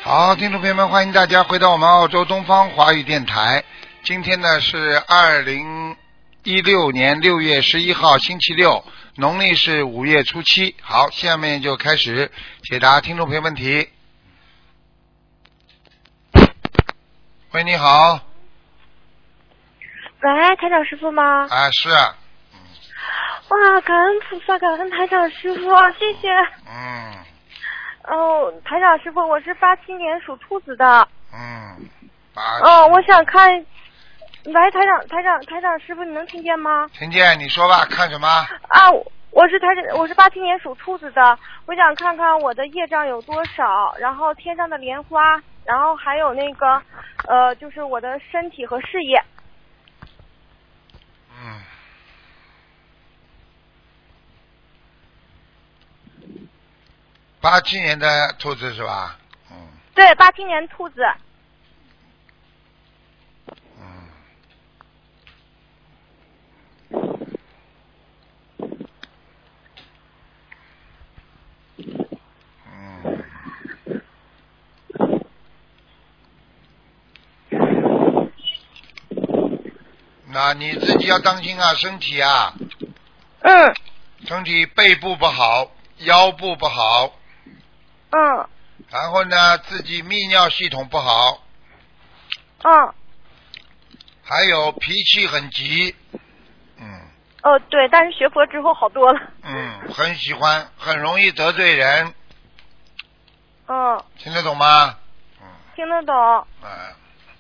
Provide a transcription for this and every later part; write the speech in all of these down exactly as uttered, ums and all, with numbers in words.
好，听众朋友们，欢迎大家回到我们澳洲东方华语电台。今天呢是二零一六年六月十一号，星期六，农历是五月初七。好，下面就开始解答听众朋友问题。喂，你好。 喂，台长师傅吗？ 啊，是啊。 哇，感恩菩萨，感恩台长师傅，谢谢。 嗯。 哦，台长师傅，我是八七年属兔子的。 嗯。八。 哦，我想看。喂，台长，台长，台长师傅，你能听见吗？ 听见，你说吧，看什么？ 啊，我是台长，我是八七年属兔子的，我想看看我的业障有多少，然后天上的莲花，然后还有那个，呃，就是我的身体和事业。 嗯。八七年的兔子是吧？嗯。 对，八七年兔子。 嗯。嗯。那你自己要当心啊，身体啊。 嗯。 身体背部不好，腰部不好。 嗯。 然后呢，自己泌尿系统不好。 嗯。 还有脾气很急。嗯。 哦，对，但是学佛之后好多了。 嗯，很喜欢，很容易得罪人。 嗯。 听得懂吗？嗯。 听得懂。 嗯。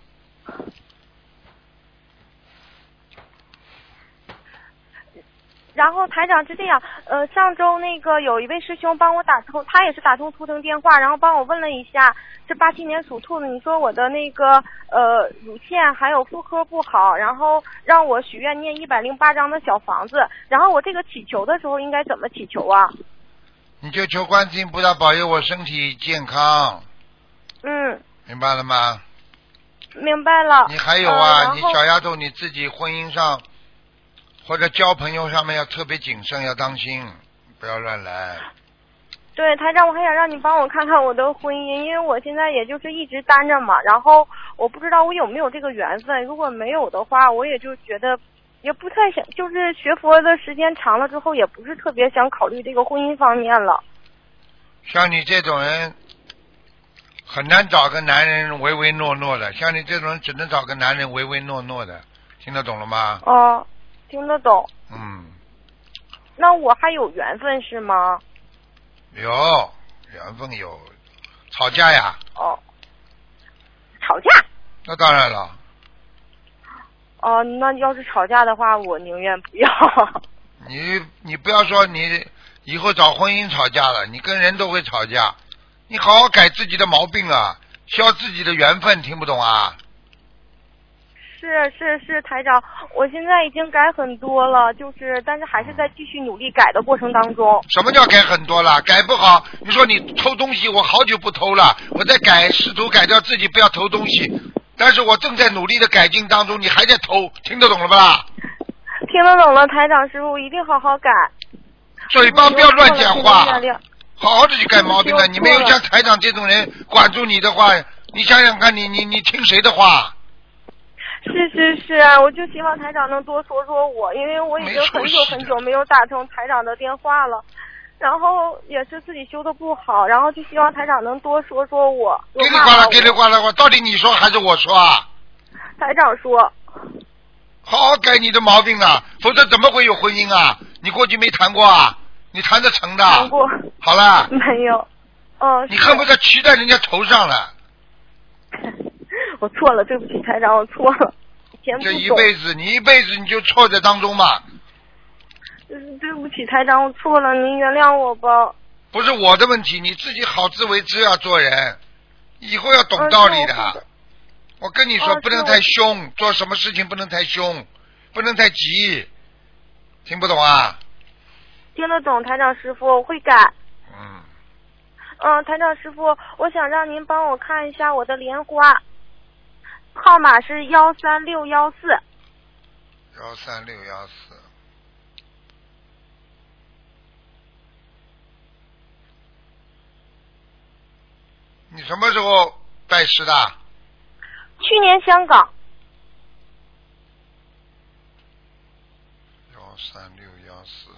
然后台长是这样，呃，上周那个有一位师兄帮我打通，他也是打通图腾电话，然后帮我问了一下，是八七年属兔的，你说我的那个呃乳腺还有妇科不好，然后让我许愿念一百零八张的小房子，然后我这个祈求的时候应该怎么祈求啊？ 你就求观世音菩萨保佑我身体健康。 嗯。 明白了吗？ 明白了。 你还有啊， 呃、 你小丫头你自己婚姻上或者交朋友上面要特别谨慎，要当心，不要乱来。 对，台长，我还想让你帮我看看我的婚姻，因为我现在也就是一直单着嘛，然后我不知道我有没有这个缘分，如果没有的话，我也就觉得也不太想，就是学佛的时间长了之后，也不是特别想考虑这个婚姻方面了。 像你这种人很难找个男人唯唯诺诺的，像你这种人只能找个男人唯唯诺诺的，听得懂了吗？ 哦，听得懂。 嗯。 那我还有缘分是吗？ 有缘分有，吵架呀？ 哦，吵架？ 那当然了。 哦，那要是吵架的话，我宁愿不要。 你你不要说你以后找婚姻吵架了，你跟人都会吵架，你好好改自己的毛病啊，消自己的缘分，听不懂啊？ 是是是，台长，我现在已经改很多了，就是但是还是在继续努力改的过程当中。 什么叫改很多了？改不好，你说你偷东西，我好久不偷了，我在改，试图改掉自己不要偷东西，但是我正在努力的改进当中，你还在偷，听得懂了吧？ 听得懂了，台长师傅，我一定好好改。 嘴巴不要乱讲话，好好的去改毛病了。你没有像台长这种人管住你的话，你想想看你你你听谁的话？ 是是是，我就希望台长能多说说我，因为我已经很久很久没有打通台长的电话了，然后也是自己修的不好，然后就希望台长能多说说我。 给你挂了，给你挂了，我到底你说还是我说啊？ 台长说。 好好改你的毛病啊，否则怎么会有婚姻啊？你过去没谈过啊？你谈得成的？ 谈过。 好了。 没有。哦。 你恨不得骑在人家头上了。 我错了，对不起，台长，我错了。 这一辈子，你一辈子你就错在当中嘛。 嗯，对不起，台长，我错了，您原谅我吧。 不是我的问题，你自己好自为之啊，做人以后要懂道理的。 啊、 我跟你说， 啊、 不能太凶，做什么事情不能太凶，不能太急，听不懂啊？ 听得懂，台长师傅，我会改。 嗯。 嗯，台长师傅，我想让您帮我看一下我的莲花。号码是幺三六幺四。 幺三六幺四。你什么时候拜师的？ 去年香港。 幺三六幺四。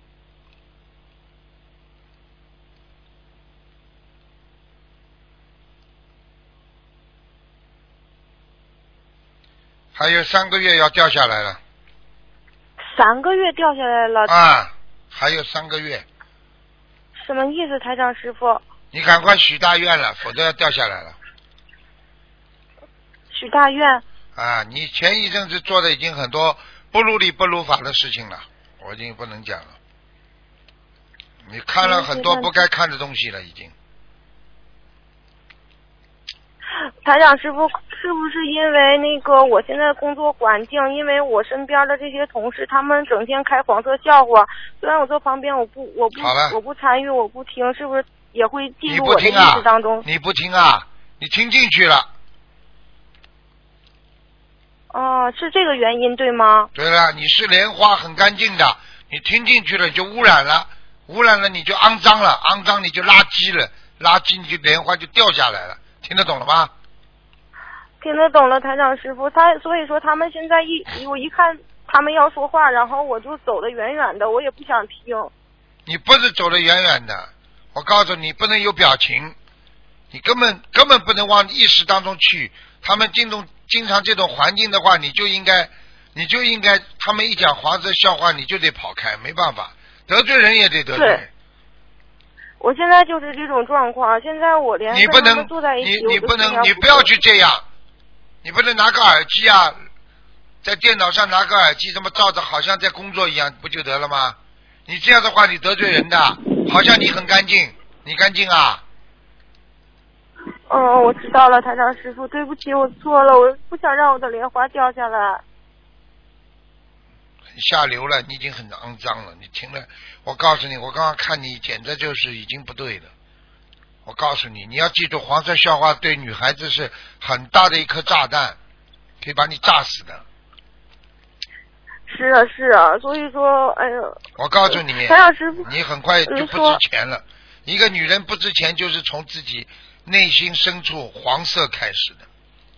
还有三个月要掉下来了。 三个月掉下来了。 啊，还有三个月。 什么意思，台长师傅？ 你赶快许大愿了，否则要掉下来了。 许大愿。 啊，你前一阵子做的已经很多不如理不如法的事情了，我已经不能讲了。你看了很多不该看的东西了，已经。 台长师傅，是不是因为那个我现在工作环境，因为我身边的这些同事，他们整天开黄色笑话，虽然我坐旁边，我不，我不，我不参与，我不听，是不是也会进入我的意识当中？ 你不听啊？你听进去了。 哦，是这个原因对吗？ 对了，你是莲花很干净的，你听进去了你就污染了，污染了你就肮脏了，肮脏你就垃圾了，垃圾你就莲花就掉下来了，听得懂了吗？ 听得懂了，台长师傅。他所以说他们现在一我一看他们要说话，然后我就走得远远的，我也不想听。 你不是走得远远的，我告诉你，不能有表情，你根本根本不能往意识当中去。他们经常经常这种环境的话，你就应该你就应该，他们一讲黄色笑话，你就得跑开，没办法，得罪人也得得罪。 我现在就是这种状况，现在我连跟他们坐在一起， 你不能，你不要去这样。你不能拿个耳机啊，在电脑上拿个耳机这么照着，好像在工作一样，不就得了吗？你这样的话，你得罪人的，好像你很干净，你干净啊？ 哦，我知道了，台长师傅，对不起，我错了，我不想让我的莲花掉下来。 很下流了，你已经很肮脏了，你听了，我告诉你，我刚刚看你，简直就是已经不对了。我告诉你，你要记住，黄色笑话对女孩子是很大的一颗炸弹，可以把你炸死的。 是啊，是啊，所以说，哎呀， 我告诉你， 台长师傅， 你很快就不值钱了。一个女人不值钱，就是从自己内心深处黄色开始的。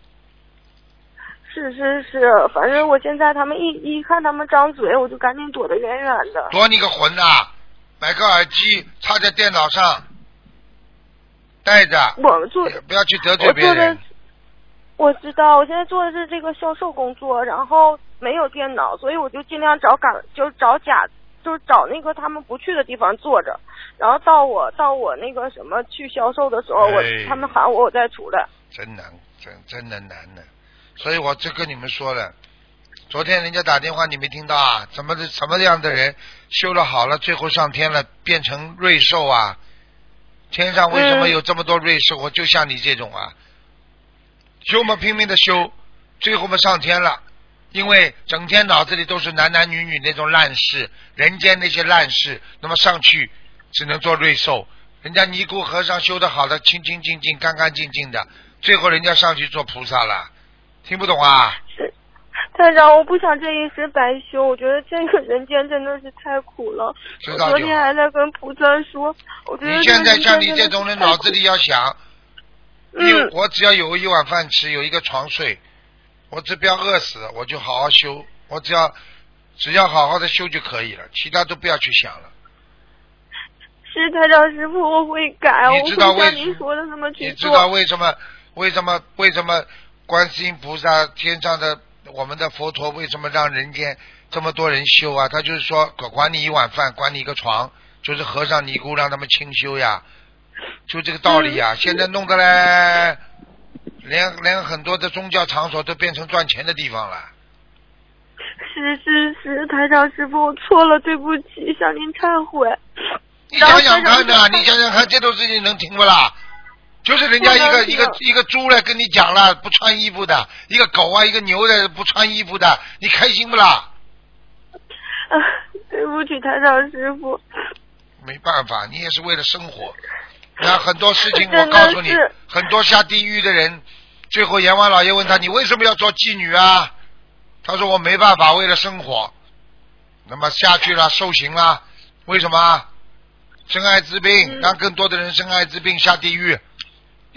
是是是，反正我现在他们一一看他们张嘴，我就赶紧躲得远远的。 躲你个魂啊！买个耳机插在电脑上。带着， 我做不要去得罪别人。 我知道，我现在做的是这个销售工作，然后没有电脑，所以我就尽量找岗，就找假，就是找那个他们不去的地方坐着，然后到我到我那个什么去销售的时候，我、哎、他们喊我，我再出来。 真难，真真的难的，所以我就跟你们说了，昨天人家打电话你没听到啊？怎么的什么样的人修了好了，最后上天了，变成瑞兽啊？天上为什么有这么多瑞兽？我就像你这种啊，修嘛拼命的修，最后嘛上天了，因为整天脑子里都是男男女女那种烂事，人间那些烂事，那么上去只能做瑞兽。人家尼姑和尚修得好的，清清净净、干干净净的，最后人家上去做菩萨了，听不懂啊？ 是，台长，我不想这一世白修，我觉得这个人间真的是太苦了。 知道就好。 我昨天还在跟菩萨说，我觉得你现在像你这种人，脑子里要想，嗯，我只要有一碗饭吃，有一个床睡，我只不要饿死，我就好好修，我只要只要好好的修就可以了，其他都不要去想了。 是台长师傅，我会改， 你知道为我会像您说的那么去做。 你知道为什么？为什么？为什么？观世音菩萨天上的我们的佛陀为什么让人间这么多人修啊？他就是说管你一碗饭，管你一个床，就是和尚尼姑让他们清修呀，就这个道理呀。嗯、现在弄得嘞，连连很多的宗教场所都变成赚钱的地方了。 是是是，台长师傅，我错了，对不起，向您忏悔。 你想想看呐、啊，你想想看，这种事情能听不啦？就是人家一个一个一个猪来跟你讲了，不穿衣服的，一个狗啊，一个牛的不穿衣服的，你开心不啦？ 啊，对不起，台长师傅。 没办法，你也是为了生活。那很多事情，我告诉你，很多下地狱的人，最后阎王老爷问他，你为什么要做妓女啊？他说我没办法，为了生活。那么下去了，受刑了，为什么？生艾滋病，让更多的人生艾滋病下地狱。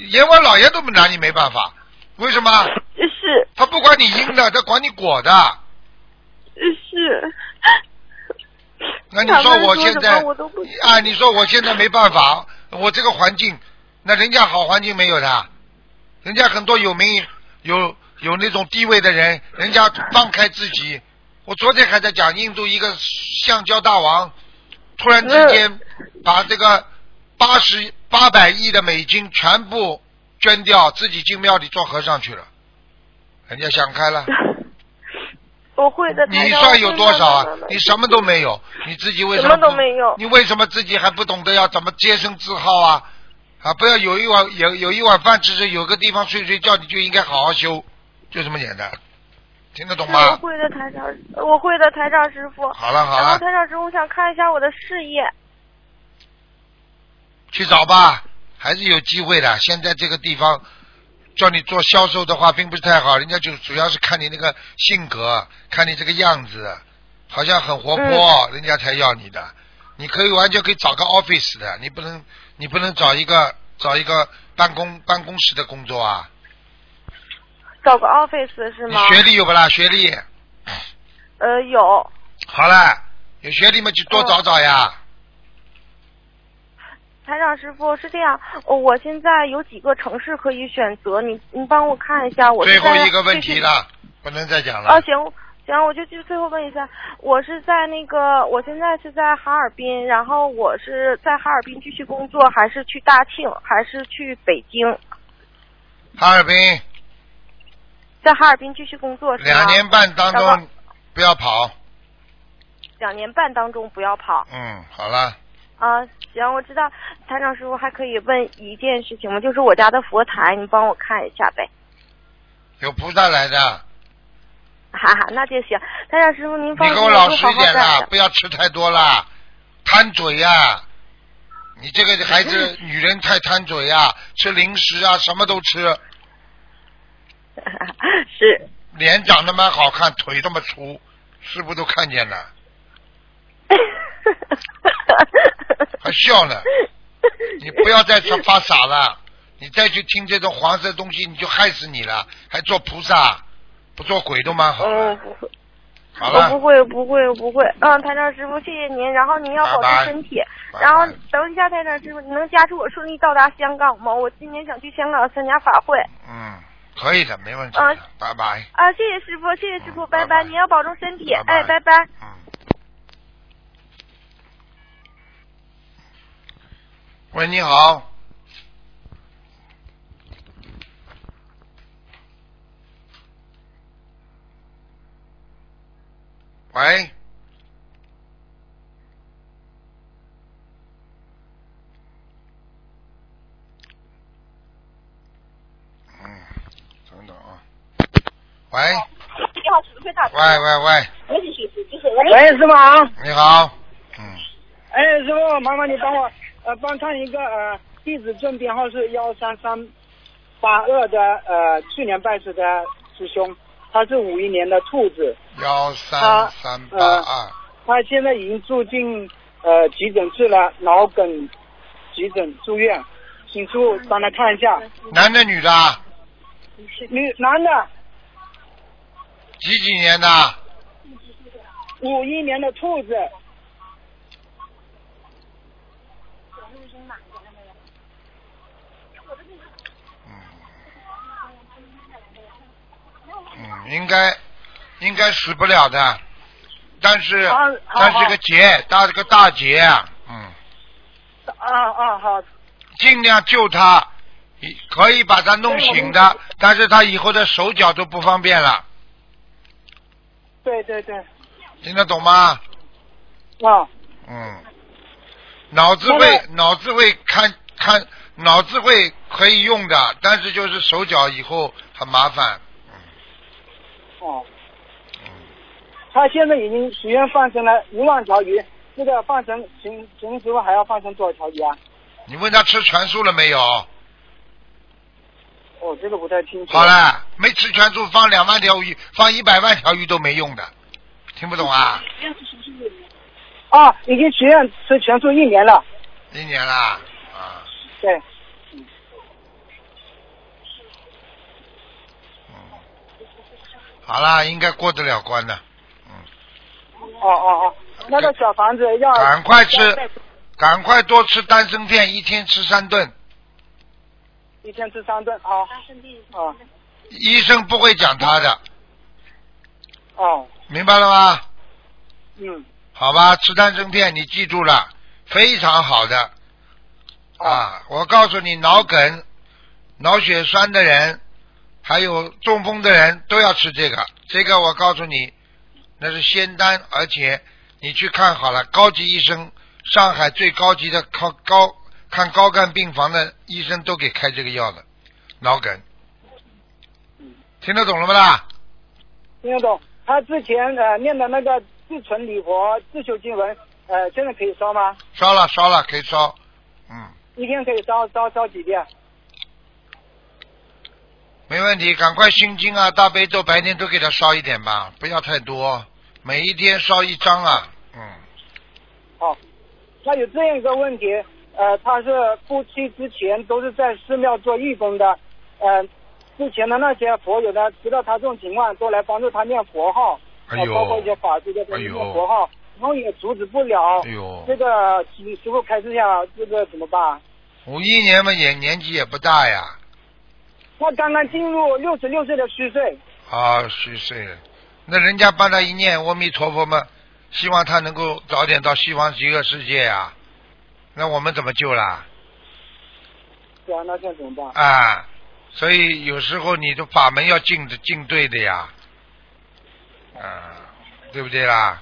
阎王老爷都拿你没办法，为什么？ 是。 他不管你阴的，他管你果的。 是。 那你说我现在啊？你说我现在没办法，我这个环境，那人家好环境没有的，人家很多有名有有那种地位的人，人家放开自己。我昨天还在讲印度一个橡胶大王，突然之间把这个八十八百亿的美金全部捐掉，自己进庙里做和尚去了，人家想开了。 我会的。 你算有多少啊？你什么都没有，你自己为什么？ 什么都没有。 你为什么自己还不懂得要怎么洁身自好啊？啊，不要有一碗有有一碗饭吃吃，有个地方睡睡觉，你就应该好好修，就这么简单。听得懂吗？ 我会的，台长，我会的，台长师傅。 好了好了。 然后台长师傅，我想看一下我的事业。 去找吧，还是有机会的。现在这个地方叫你做销售的话并不是太好，人家就主要是看你那个性格，看你这个样子，好像很活泼，嗯、人家才要你的。你可以完全可以找个 office 的，你不能你不能找一个找一个办公办公室的工作啊。 找个 office 是吗？ 你学历有不啦？学历？ 呃，有。 好了，有学历嘛就多找找呀。 嗯、台长师傅是这样，我现在有几个城市可以选择，你你帮我看一下。我最后一个问题了，不能再讲了。 啊，行行，我就就最后问一下，我是在那个，我现在是在哈尔滨，然后我是在哈尔滨继续工作，还是去大庆，还是去北京？ 哈尔滨。 在哈尔滨继续工作是吗？ 两年半当中不要跑。 两年半当中不要跑。 嗯，好了。 啊，行，我知道。台长师傅还可以问一件事情吗？就是我家的佛台，你帮我看一下呗。 有菩萨来的。 哈哈，那就行。台长师傅您放心， 你给我老实一点啦， 不要吃太多啦，贪嘴呀、啊！你这个孩子女人太贪嘴呀、啊，吃零食啊，什么都吃。 是。 脸长得蛮好看，腿这么粗，师傅都看见了。还笑呢。你不要再发傻了，你再去听这种黄色东西，你就害死你了。还做菩萨，不做鬼都蛮好的。 嗯，不会。 好了。 我不会，不会，我不会。嗯，台长师傅，谢谢您。然后您要保重身体。 拜拜然后等一下，台长师傅，你能加持我顺利到达香港吗？我今年想去香港参加法会。 嗯。可以的，没问题的。 啊， 拜拜。 啊，谢谢师傅，谢谢师傅， 嗯、 拜拜拜。你要保重身体， 拜拜哎，拜拜。 嗯。喂，你好。喂。喂， 你好，是不是喂喂喂， 喂，师傅好。 你好，嗯。 哎，师傅，麻烦你帮我呃帮看一个呃地址证编号是幺三三八二的呃去年拜师的师兄，他是五一年的兔子。 幺三三八二。 他现在已经住进呃急诊室了，脑梗急诊住院，请师傅帮他看一下。 男的女的？ 女男的。 几几年的？ 五一年的兔子。 嗯，嗯，应该应该死不了的，但是但是个劫，大这个大劫啊，嗯。 啊啊好。 尽量救他，可以把他弄醒的，但是他以后的手脚都不方便了。 对对对， 听得懂吗？ 啊， 嗯，脑子会脑子会看看脑子会可以用的，但是就是手脚以后很麻烦。嗯。 哦。 嗯。 他现在已经许愿放生了一万条鱼，这个放生请请师傅还要放生多少条鱼啊？ 你问他吃全素了没有？ 哦，这个不太清楚。 好了，没吃全素，放两万条鱼，放一百万条鱼都没用的，听不懂啊？ 啊，已经许愿吃全素一年了。 一年了，啊。 对。 好啦，应该过得了关的。 哦哦哦，那个小房子要赶快吃，赶快多吃丹参片，一天吃三顿。 一天吃三顿啊。哦。 医生不会讲他的。 哦。 明白了吗？ 嗯。 好吧，吃丹参片你记住了，非常好的。啊，我告诉你，脑梗、脑血栓的人，还有中风的人都要吃这个。这个我告诉你，那是仙丹，而且你去看好了，高级医生，上海最高级的高高看高干病房的医生都给开这个药的，脑梗。听得懂了吗啦？ 听得懂。他之前呃念的那个自存礼佛自修经文，呃，现在可以烧吗？ 烧了，烧了，可以烧。嗯。 一天可以烧烧烧几遍？ 没问题，赶快心经啊、大悲咒，白天都给他烧一点吧，不要太多，每一天烧一张啊。嗯。 好，那有这样一个问题，呃，他是夫妻之前都是在寺庙做义工的，呃，之前的那些佛友呢，知道他这种情况，都来帮助他念佛号， 哎呦， 呃、包括一些法师在念佛号，然后也阻止不了。 哎呦， 这个请师傅开示一下，这个怎么办？ 五一年嘛，也年纪也不大呀。 他刚刚进入六十六岁的虚岁。 啊，虚岁了，那人家帮他一念阿弥陀佛嘛，希望他能够早点到西方极乐世界呀。那我们怎么救啦？ 对啊，那现在怎么办？ 啊，所以有时候你的法门要进的进对的呀，啊，对不对啦？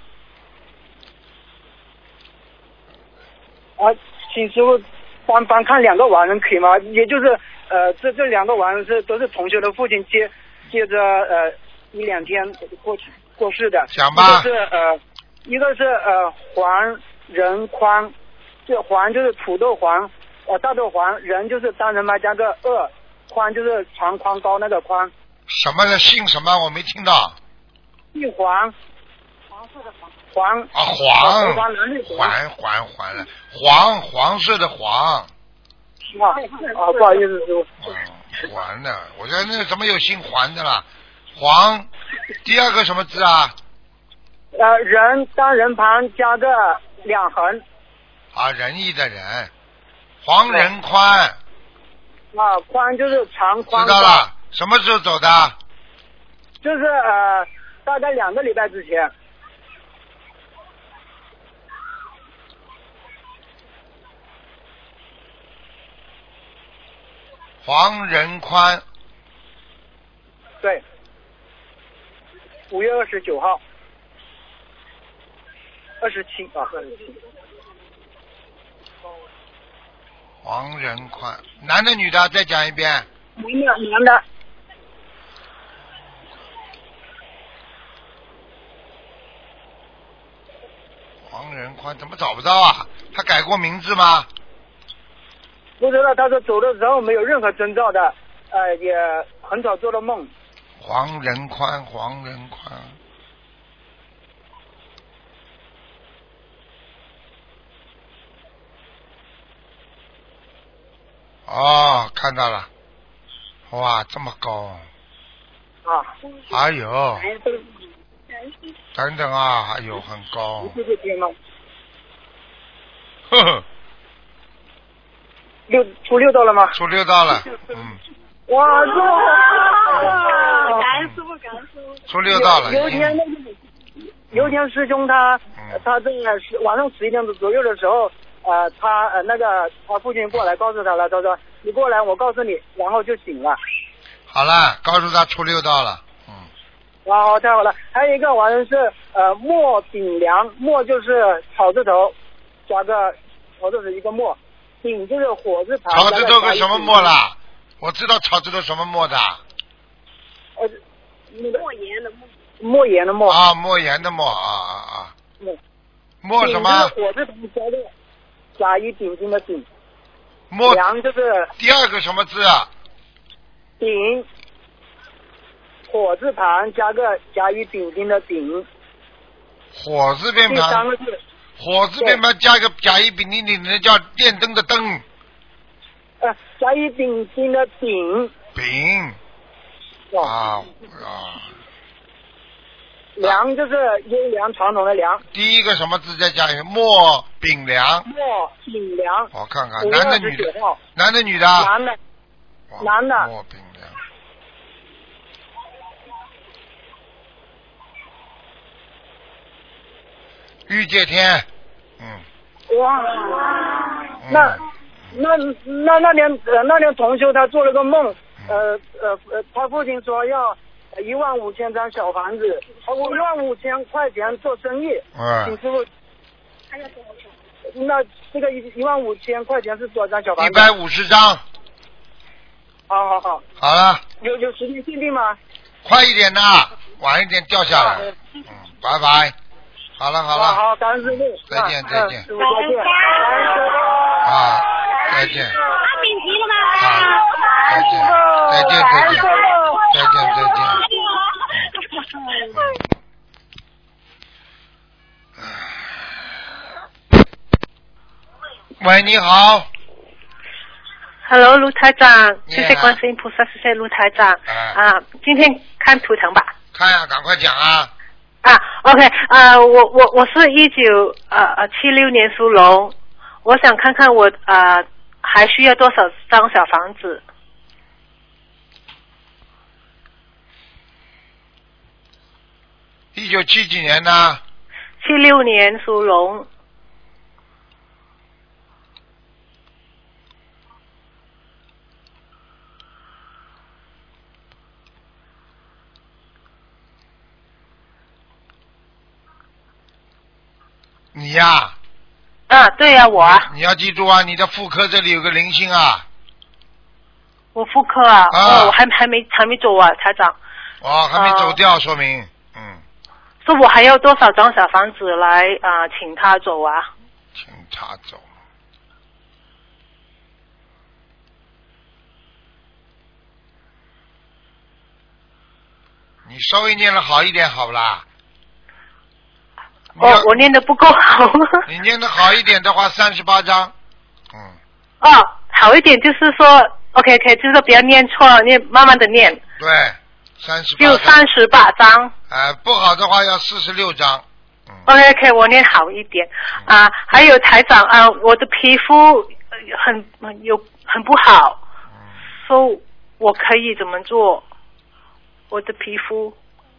啊，请师傅帮帮看两个亡人可以吗？也就是呃，这这两个亡人是都是同学的父亲接接着呃一两天过去过世的。 讲吧。 一个是呃，一个是呃黄仁宽，这黄就是土豆黄，呃大豆黄，仁就是单人旁加个二，宽就是长宽高那个宽。 什么的姓什么？我没听到。 姓黄。黄色的黄。黄啊黄。 黄黄黄黄了，黄黄色的黄。 啊啊，不好意思，师傅。 嗯，黄的，我觉得那怎么有姓黄的啦？黄，第二个什么字啊？ 呃，人单人旁加个两横。 啊，仁义的仁，黄仁宽。 啊，宽就是长宽。 知道了，什么时候走的？ 就是呃，大概两个礼拜之前。 黄仁宽。 对。五月二十九号。二十七啊，二十七。 黄仁宽，男的女的？再讲一遍。 男的，男的。 黄仁宽怎么找不到啊？他改过名字吗？ 不知道，他说走的时候没有任何征兆的，呃，也很少做的梦。 黄仁宽，黄仁宽。哦，看到了，哇，这么高。 啊。 哎呦。等等啊，哎呦，很高。 这个天吗？ 呵呵。 六初六到了吗？ 初六到了，嗯。 哇，这么感恩师傅，感恩师傅。 初六到了。 有一天那个，有一天师兄他、嗯、他这个十晚上十一点左右的时候，呃，他呃那个他父亲过来告诉他了，他说你过来，我告诉你，然后就醒了。 好了，告诉他初六到了。嗯。 哇，好，太好了。还有一个完人是呃莫炳良，莫就是草字头，加个草字头一个莫。丙就是火字旁。 草字头个什么墨啦？我知道草字头什么墨的。 呃，那个莫言的莫。莫言的莫。 啊，莫言的莫啊啊啊。 嗯。 莫什么？ 火字旁加个甲乙丙丁的丙。 莫。 良就是。 第二个什么字啊？ 丙。火字旁加个甲乙丙丁的丙。 火字边旁。 第三个字。 火字边旁加一个甲乙丙丁丁，那叫电灯的灯。 呃，甲乙丙丁的丙。 丙。啊啊！ 梁就是优良传统的良。 第一个什么字再加一个？莫炳良。 莫炳良。 我看看，男的女的？男的女的？ 男的。男的。 莫炳良。玉界天。嗯。 哇。那那那那年呃那年同修他做了个梦，呃呃呃他父亲说要一万五千张小房子，一万五千块钱做生意， 嗯， 请师傅。那这个一一万五千块钱是多少张小房子？ 一百五十张。 好好好。 好了。 有有时间限定吗？ 快一点的，晚一点掉下来。嗯，拜拜。好了好了。 好，感恩师傅。 再见再见。 师傅再见。 啊，再见。 他顶级了吗？ 啊，再见再见再见再见再见。喂，你好。 Hello， 卢台长，谢谢观世音菩萨，谢谢卢台长。啊，今天看图腾吧。 看呀、啊，赶快讲啊。 啊 ，OK， 啊、呃，我我我是一九呃呃七六年属龙，我想看看我啊、呃、还需要多少张小房子。 一九七几年呢？ 七六年属龙。 你呀、 啊？啊，对呀、啊，我啊。 你要记住啊，你的妇科这里有个灵性啊。 我妇科啊？啊哦，我还还没还没走啊，台长。 哦，还没走掉，啊、说明嗯。 说我还要多少张小房子来啊、呃，请他走啊？ 请他走。你稍微念了好一点，好不啦？ 哦，我念的不够好。 你念的好一点的话，三十八章。嗯。 哦，好一点就是说 ，OK OK， 就是说不要念错，念慢慢的念。 对，三十八。 就三十八章。 哎、呃，不好的话要四十六章。 嗯。OK OK， 我念好一点啊、呃。还有台长啊、呃，我的皮肤很有很不好，说、嗯 so, 我可以怎么做？我的皮肤。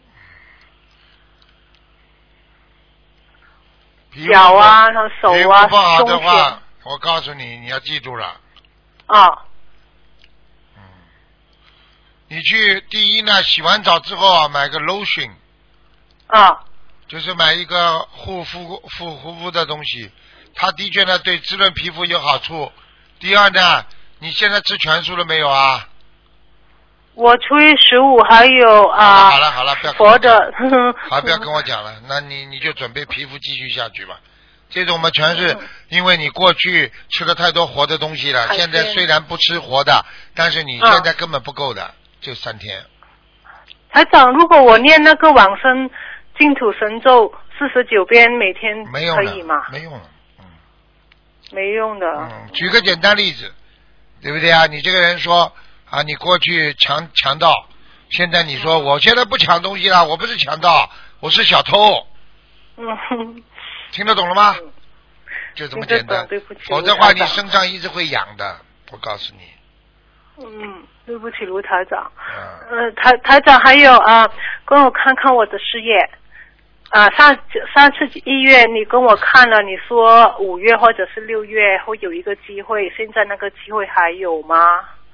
脚啊，然后手啊， 不好的话，我告诉你，你要记住了。 啊。 嗯。你去第一呢，洗完澡之后啊，买个 lotion。 啊。 就是买一个护肤护护肤的东西，它的确呢对滋润皮肤有好处。第二呢，你现在吃全素了没有啊？ 我初一十五还有啊， 好了好了，不要佛的， 好不要跟我讲了，那你你就准备皮肤继续下去吧。这种嘛全是因为你过去吃了太多活的东西了，现在虽然不吃活的，但是你现在根本不够的，啊、就三天。 台长，如果我念那个往生净土神咒四十九遍每天可以吗？ 没用了，嗯， 没用的。 嗯，举个简单例子，对不对啊？你这个人说。啊，你过去强强盗，现在你说我现在不抢东西了，我不是强盗，我是小偷。 嗯， 听得懂了吗？嗯、就这么简单。 对不起， 否则的话，你身上一直会痒的，我告诉你。 嗯，对不起，卢台长。嗯。呃，台台长还有啊，跟我看看我的事业。啊，上上次一月你跟我看了，你说五月或者是六月会有一个机会，现在那个机会还有吗？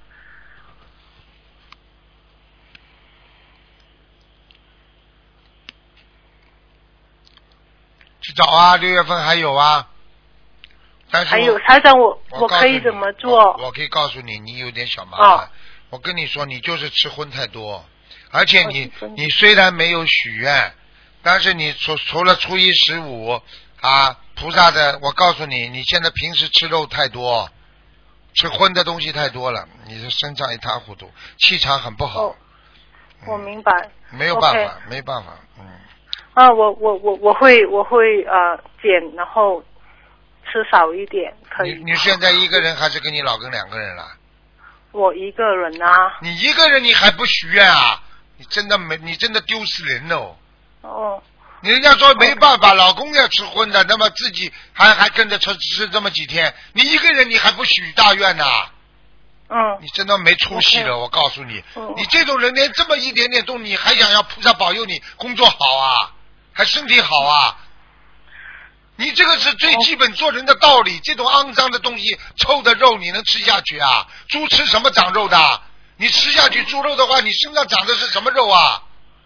去找啊，六月份还有啊。但是还有台长，我我我可以怎么做？ 我, 我可以告诉你，你有点小麻烦。 哦、 我跟你说，你就是吃荤太多，而且你、哦、你虽然没有许愿，但是你除除了初一十五啊，菩萨的，我告诉你，你现在平时吃肉太多，吃荤的东西太多了，你的身上一塌糊涂，气场很不好。 哦嗯、我明白。 没有办法， okay. 没办法，嗯。 啊，我我我我会我会呃减，然后吃少一点，可以。 你你现在一个人还是跟你老公两个人了？ 我一个人啊。 你一个人你还不许愿啊？你真的没，你真的丢死人了哦！ 哦。 你人家说没办法，老公要吃荤的，那么自己还还跟着吃吃这么几天，你一个人你还不许大愿呐？ 嗯。 你真的没出息了， okay. 我告诉你， 嗯、 你这种人连这么一点点动，你还想要菩萨保佑你工作好啊，还身体好啊？你这个是最基本做人的道理，这种肮脏的东西、臭的肉你能吃下去啊？猪吃什么长肉的？你吃下去猪肉的话，你身上长的是什么肉啊？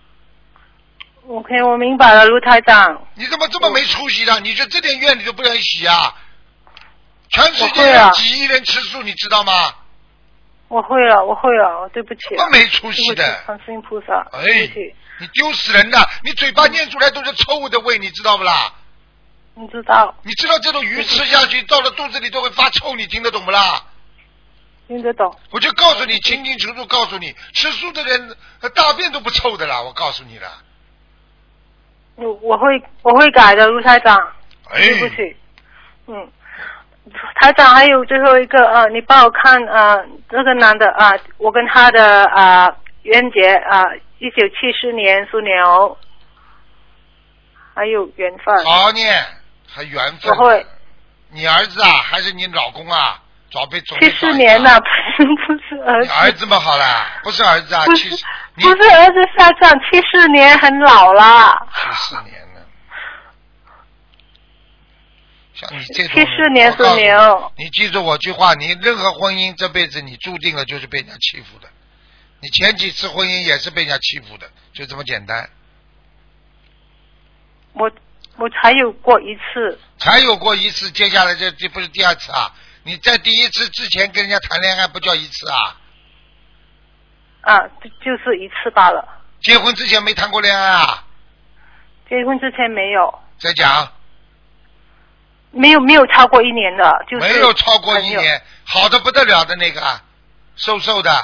OK， 我明白了，卢台长。 你怎么这么没出息的？你说这点愿你都不愿意许啊？全世界有几亿人吃素，你知道吗？ 我会了，我会了，对不起。 这么没出息的。 观世音菩萨。 哎，你丢死人的！你嘴巴念出来都是臭的味，你知道不啦？ 你知道。你知道这种鱼吃下去到了肚子里都会发臭，你听得懂不啦？ 听得懂。 我就告诉你，清清楚楚告诉你，吃素的人大便都不臭的啦，我告诉你了。 我我会我会改的，卢台长。 哎。 对不起。嗯。台长还有最后一个呃，你帮我看呃这个男的啊、呃，我跟他的啊、呃、缘结啊，一九七四年属牛，还有缘分。 好念，还缘分。 我会。 你儿子啊，还是你老公啊？早被总。 七四年的，不是不是儿子。 你儿子们好了，不是儿子啊， 不是七不是儿子下降，七四年很老了。 七四年了。像你这种七四年属牛， 你记住我句话，你任何婚姻这辈子你注定了就是被人家欺负的，你前几次婚姻也是被人家欺负的，就这么简单。 我我才有过一次， 才有过一次，接下来这这不是第二次啊？你在第一次之前跟人家谈恋爱不叫一次啊？ 啊，就是一次罢了。 结婚之前没谈过恋爱啊？ 结婚之前没有。 再讲。 没有没有超过一年的，就是没有超过一年，好的不得了的那个，瘦瘦的。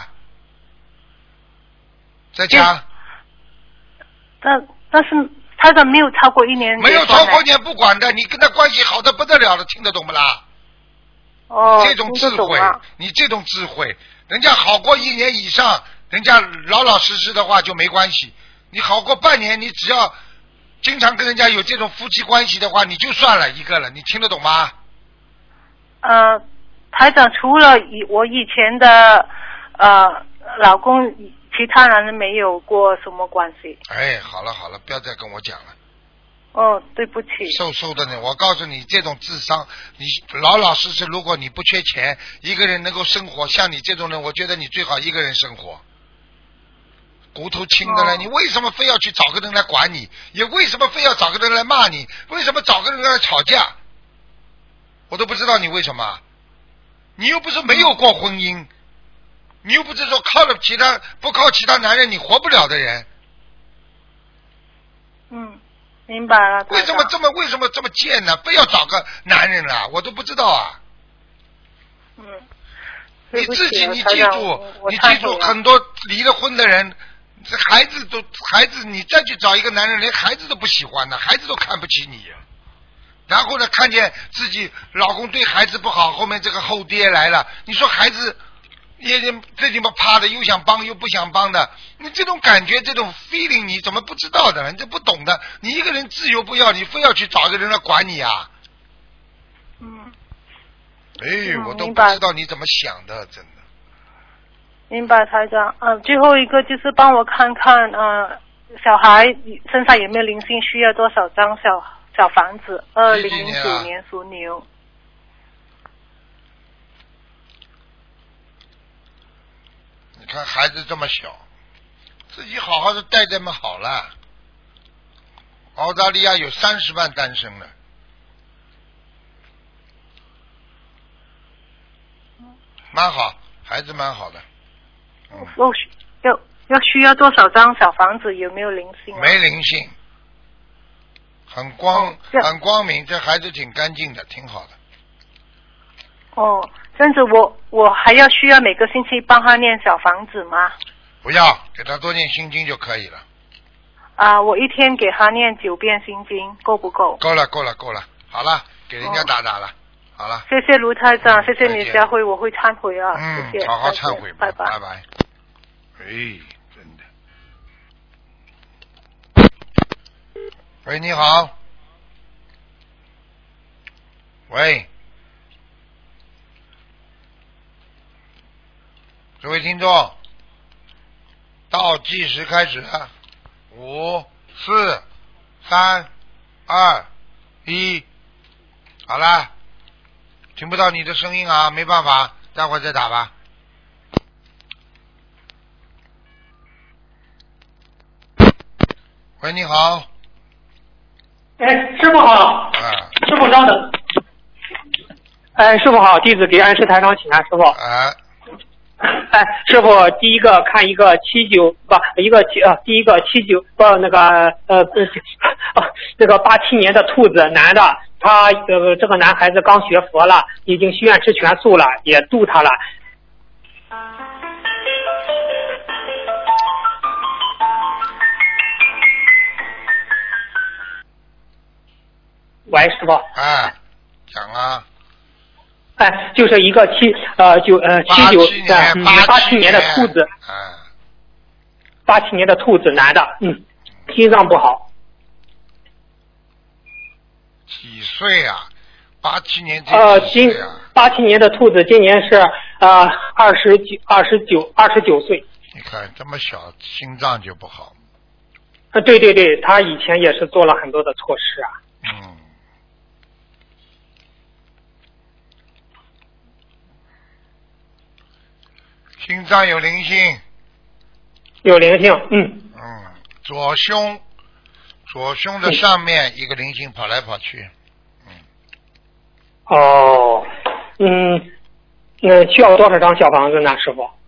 再讲。 但但是他的没有超过一年。 没有超过一年不管的，你跟他关系好的不得了的，听得懂不啦？ 哦。 这种智慧，你这种智慧，人家好过一年以上，人家老老实实的话就没关系。你好过半年，你只要。经常跟人家有这种夫妻关系的话，你就算了一个了，你听得懂吗？ 呃，台长，除了以我以前的呃老公，其他男人没有过什么关系。 哎，好了好了，不要再跟我讲了。 哦，对不起。 瘦瘦的呢，我告诉你，这种智商，你老老实实，如果你不缺钱，一个人能够生活，像你这种人，我觉得你最好一个人生活。骨头轻的呢、哦，你为什么非要去找个人来管你？也为什么非要找个人来骂你？为什么找个人来吵架？我都不知道你为什么。你又不是没有过婚姻，你又不是说靠了其他不靠其他男人你活不了的人。 嗯，明白了。 为什么这么为什么这么贱呢？非要找个男人啊？我都不知道啊。 嗯。 你自己你记住，你记住，很多离了婚的人。这孩子都孩子，你再去找一个男人，连孩子都不喜欢的，孩子都看不起你。然后呢，看见自己老公对孩子不好，后面这个后爹来了，你说孩子也这地方怕的，又想帮又不想帮的，你这种感觉，这种 feeling， 你怎么不知道的？你这不懂的，你一个人自由不要，你非要去找一个人来管你啊？ 嗯。 哎，我都不知道你怎么想的，真的。 明白，台长。嗯、呃，最后一个就是帮我看看，呃，小孩身上有没有灵性，需要多少张小小房子？二零零九年属牛。 你看孩子这么小，自己好好的带他们好了。澳大利亚有三十万单身了，蛮好，孩子蛮好的。 嗯、要要要需要多少张小房子？有没有灵性、啊？ 没灵性，很光、 哦、 很光明，这孩子挺干净的，挺好的。 哦，这样子我我还要需要每个星期帮他念小房子吗？ 不要，给他多念心经就可以了。 啊，我一天给他念九遍心经，够不够？ 够了，够了，够了，好了，给人家打打了。哦，好了， 谢谢卢台长，嗯、谢谢你的教诲，我会忏悔啊， 嗯， 谢谢， 好好忏悔吧， 拜拜， 拜拜。哎，真的。 喂，你好。喂，各位听众，倒计时开始，五、四、三、二、一，好了，听不到你的声音啊，没办法，待会儿再打吧。喂，你好。 哎，师傅好。 啊。 师傅稍等。哎，师傅好，弟子给安师台长请安，师傅。 啊。 哎，师傅，第一个看一个七九不，一个七呃，第一个七九不那个呃不是啊，那个八七年的兔子男的，他呃这个男孩子刚学佛了，已经许愿吃全素了，也度他了。喂，师傅。 哎，讲啊。 哎，就是一个七呃九呃七九呃八七年的兔子， 啊， 八七年的兔子男的，嗯，心脏不好。 几岁啊？八七年这呃， 几今岁啊？ 八七年的兔子今年是呃二十九二十九二十九岁。 你看这么小，心脏就不好。 呃，对对对，他以前也是做了很多的错事啊。 嗯。心脏有灵性。 有灵性，嗯。 嗯，左胸，左胸的上面一个灵性跑来跑去。嗯。 哦，嗯，那需要多少张小房子呢，师傅？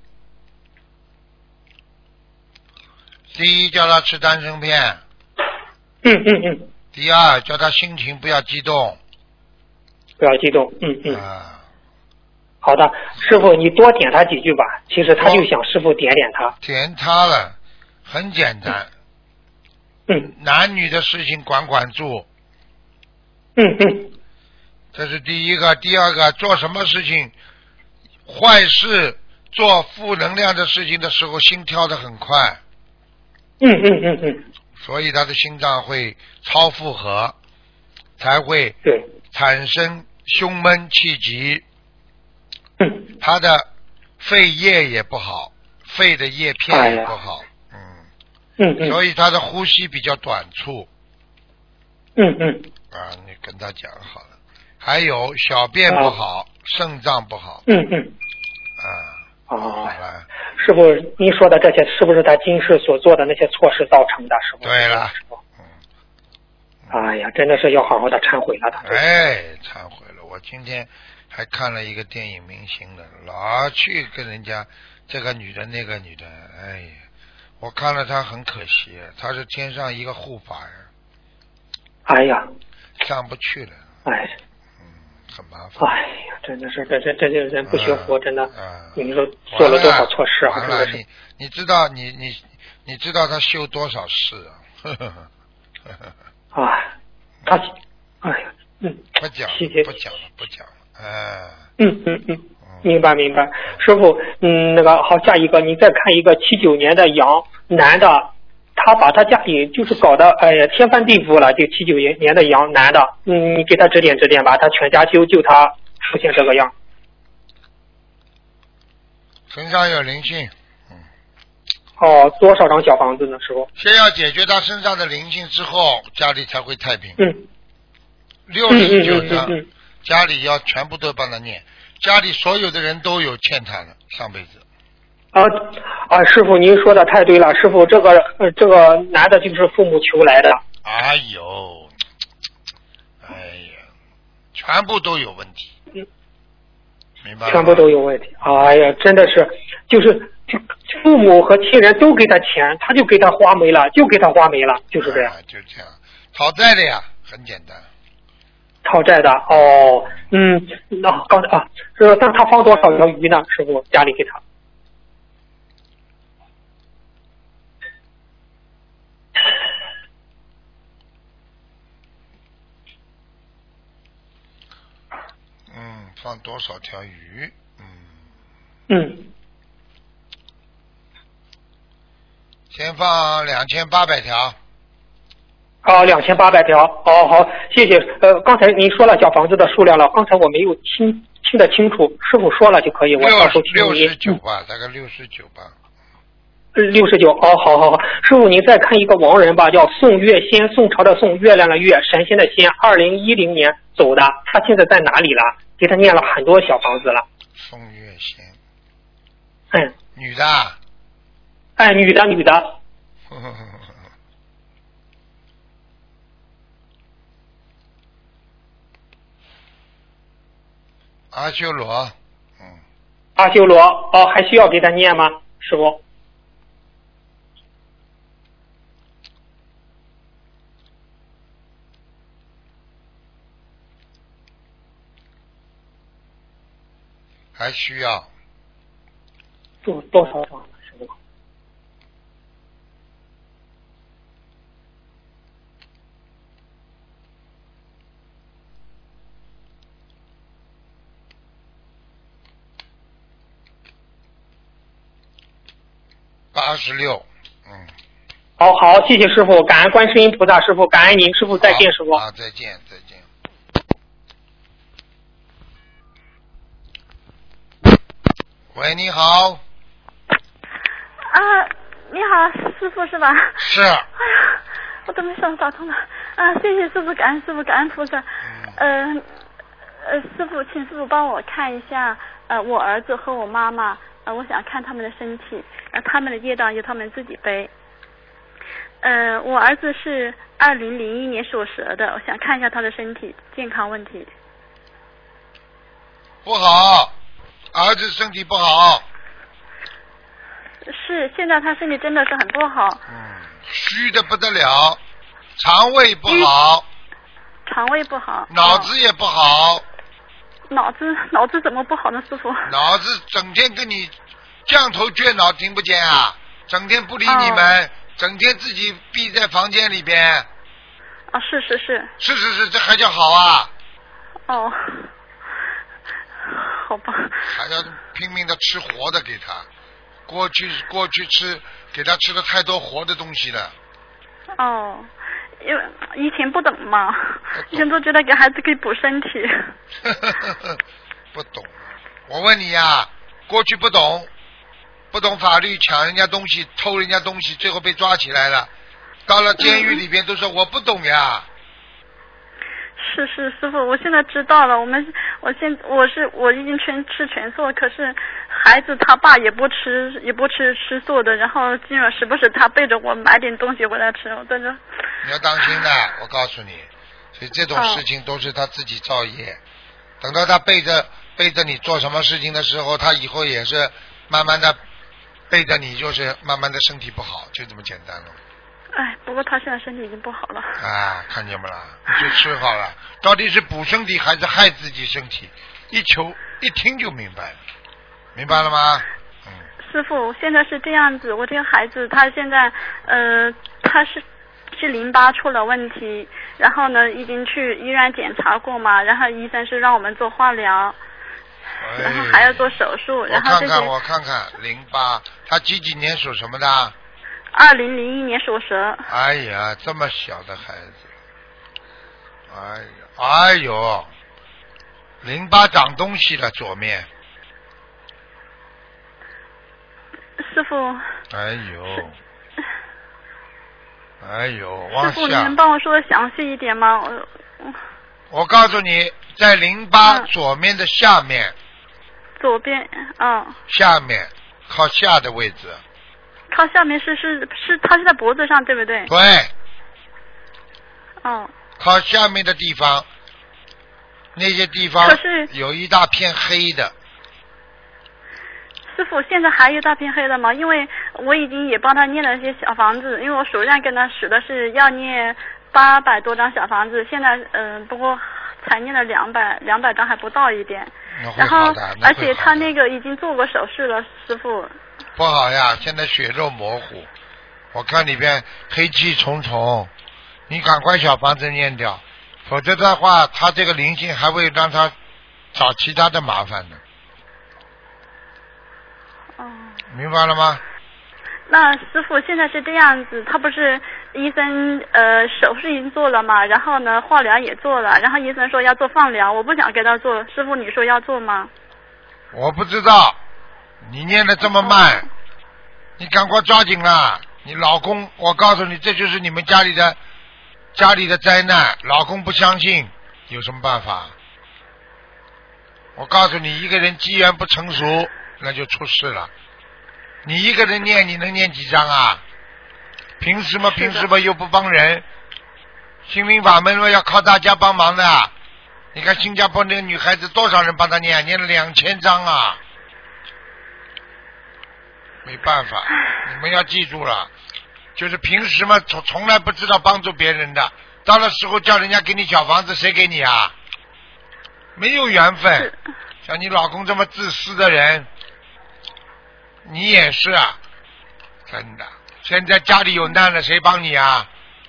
第一，叫他吃丹参片。 嗯嗯嗯。 第二，叫他心情不要激动。 不要激动，嗯嗯。 啊。 好的，师傅，你多点他几句吧。其实他就想师傅点点他。 点他了，很简单。 嗯。 男女的事情管管住。 嗯嗯。 这是第一个，第二个，做什么事情，坏事，做负能量的事情的时候，心跳得很快。 嗯嗯嗯嗯。 所以他的心脏会超负荷，才会对产生胸闷气急。 嗯。 他的肺叶也不好，肺的叶片也不好。哎、嗯。 嗯嗯。 所以他的呼吸比较短促。 嗯嗯。 啊，你跟他讲好了。还有小便不好，肾、啊、脏不好。 嗯嗯。 啊。 哦。 好了。 师傅，您说的这些是不是他今世所做的那些错事造成的？师傅。 对了。 师傅。嗯。哎呀，真的是要好好的忏悔了。他。 哎，忏悔了。我今天还看了一个电影明星的，老去跟人家这个女的那个女的，哎呀，我看了他很可惜，他是天上一个护法呀。 哎呀。 上不去了。 哎。 很麻烦。 哎呀，真的是这这这些人不学佛，真的， 嗯、 你说做了多少错事啊？ 真的是。你你知道你你你知道他修多少事啊？呵呵呵啊，他，哎呀，嗯， 不讲了，不讲了，不讲了，哎。 嗯嗯嗯，明白明白，师傅，嗯，那个好，下一个，你再看一个七九年的羊男的。他把他家里就是搞得哎呀天翻地覆了，这七九年的羊男的，嗯，你给他指点指点吧，他全家就就他出现这个样。 身上有灵性，嗯。 哦，多少张小房子呢，师傅？ 先要解决他身上的灵性之后，家里才会太平。 嗯。 六十九张， 嗯嗯嗯嗯、 家里要全部都帮他念，家里所有的人都有欠他的上辈子。 啊啊！师傅，您说的太对了。师傅，这个呃，这个男的就是父母求来的。 哎呦，哎呀，全部都有问题。 嗯， 明白吗？ 全部都有问题。哎呀，真的是，就是父母和亲人都给他钱，他就给他花没了，就给他花没了，就是这样。 啊、就这样，讨债的呀，很简单。 讨债的哦，嗯，那刚才啊，是但他放多少条鱼呢？师傅，家里给他。 嗯，放多少条鱼？嗯。 嗯。 先放两千八百条。 哦，两千八百条。哦，好，谢谢。呃，刚才您说了小房子的数量了，刚才我没有听听得清楚，师傅说了就可以，我到时候听六您。 十九吧，大概六十九吧。 六十九。哦，好好好，师傅您再看一个亡人吧，叫宋月仙，宋朝的宋，月亮的月，神仙的仙，二零一零年走的，他现在在哪里了？给他念了很多小房子了。 宋月仙。 嗯。 女的。 哎，女的，女的。 呵呵呵阿修罗，嗯， 阿修罗，哦，还需要给他念吗，师傅？ 还需要多多少张，师傅？ 八十六，嗯。 好好，谢谢师傅，感恩观世音菩萨师傅，感恩您师傅，再见师傅。 啊，再见再见。喂，你好。 啊，你好，师傅是吧？ 是。 哎呀，我都没想打通了啊！谢谢师傅，感恩师傅，感恩菩萨。嗯。呃呃，师傅，请师傅帮我看一下，呃，我儿子和我妈妈，呃，我想看他们的身体，呃，他们的业障由他们自己背。呃，我儿子是二零零一年属蛇的，我想看一下他的身体健康问题。 不好，儿子身体不好。 是，现在他身体真的是很不好。 嗯，虚的不得了，肠胃不好。 肠胃不好。 脑子也不好。哦、 脑子脑子怎么不好呢，师傅？ 脑子整天跟你降头倔脑，听不见啊？整天不理你们。哦，整天自己闭在房间里边。 啊，是是是。 是是是，这还叫好啊？ 哦，好吧。 还要拼命的吃活的给他，过去过去吃给他吃了太多活的东西了。 哦，因为以前不懂嘛，以前都觉得给孩子可以补身体。 不懂，我问你呀、啊，过去不懂。不懂法律，抢人家东西，偷人家东西，最后被抓起来了，到了监狱里边都说我不懂呀。 是是，师傅，我现在知道了。我们，我现我是我已经全吃全素，可是孩子他爸也不吃，也不吃吃素的，然后今晚时不时他背着我买点东西回来吃，我在这。 你要当心的，我告诉你，所以这种事情都是他自己造业。哦、等到他背着背着你做什么事情的时候，他以后也是慢慢的。背着你就是慢慢的身体不好，就这么简单了。 哎，不过他现在身体已经不好了。 啊，看见没啦？你就吃好了，到底是补身体还是害自己身体？一求一听就明白了，明白了吗？嗯。 师傅，现在是这样子，我这个孩子他现在呃他是是淋巴出了问题，然后呢已经去医院检查过嘛，然后医生是让我们做化疗。然后还要做手术，然后这些。 我看看，我看看，淋巴，他几几年属什么的？ 二零零一年属蛇。 哎呀，这么小的孩子，哎呀，哎呦，淋巴长东西了，左面。 师傅。 哎呦。哎呦，往下。 师傅，你能帮我说的详细一点吗？我。 我告诉你，在淋巴左面的下面。嗯、 左边，嗯。 下面，靠下的位置。 靠下面是是是，它是在脖子上，对不对？ 对。 哦。 靠下面的地方，那些地方有一大片黑的。 师傅，现在还有大片黑的吗？因为我已经也帮他念了一些小房子，因为我手上跟他使的是要念。八百多张小房子，现在嗯、呃，不过才念了两百两百张还不到一点。然后，而且他那个已经做过手术了，师傅。 不好呀，现在血肉模糊，我看里边黑气重重，你赶快小房子念掉，否则的话，他这个灵性还会让他找其他的麻烦的。 哦。 明白了吗？ 那师傅现在是这样子，他不是医生呃手术已经做了嘛，然后呢化疗也做了，然后医生说要做放疗，我不想给他做，师傅你说要做吗？ 我不知道，你念的这么慢，哦、你赶快抓紧了。你老公，我告诉你，这就是你们家里的家里的灾难。老公不相信，有什么办法？我告诉你，一个人机缘不成熟，那就出事了。你一个人念，你能念几张啊？平时嘛，平时嘛又不帮人，心灵法门嘛要靠大家帮忙的。你看新加坡那个女孩子，多少人帮她念，念了两千张啊！没办法，你们要记住了，就是平时嘛从从来不知道帮助别人的，到了时候叫人家给你小房子，谁给你啊？没有缘分。像你老公这么自私的人，你也是啊，真的。现在家里有难了，谁帮你啊？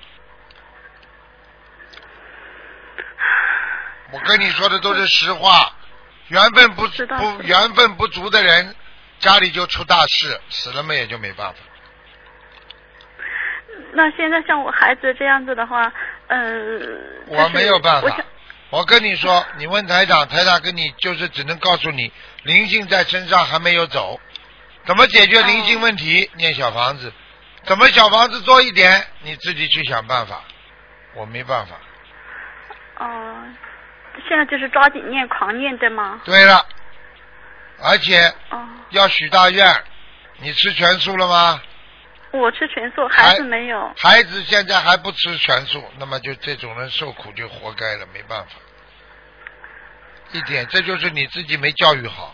我跟你说的都是实话，缘分不不缘分不足的人，家里就出大事，死了嘛也就没办法。 那现在像我孩子这样子的话，呃， 我没有办法。我, 我跟你说，你问台长，台长跟你就是只能告诉你，灵性在身上还没有走，怎么解决灵性问题？哦、念小房子，怎么小房子多一点，你自己去想办法，我没办法。 哦、呃，现在就是抓紧念，狂念对吗？ 对了，而且要许大愿。哦、你吃全素了吗？ 我吃全素，孩子没有。 孩子现在还不吃全素，那么就这种人受苦就活该了，没办法。一点，这就是你自己没教育好。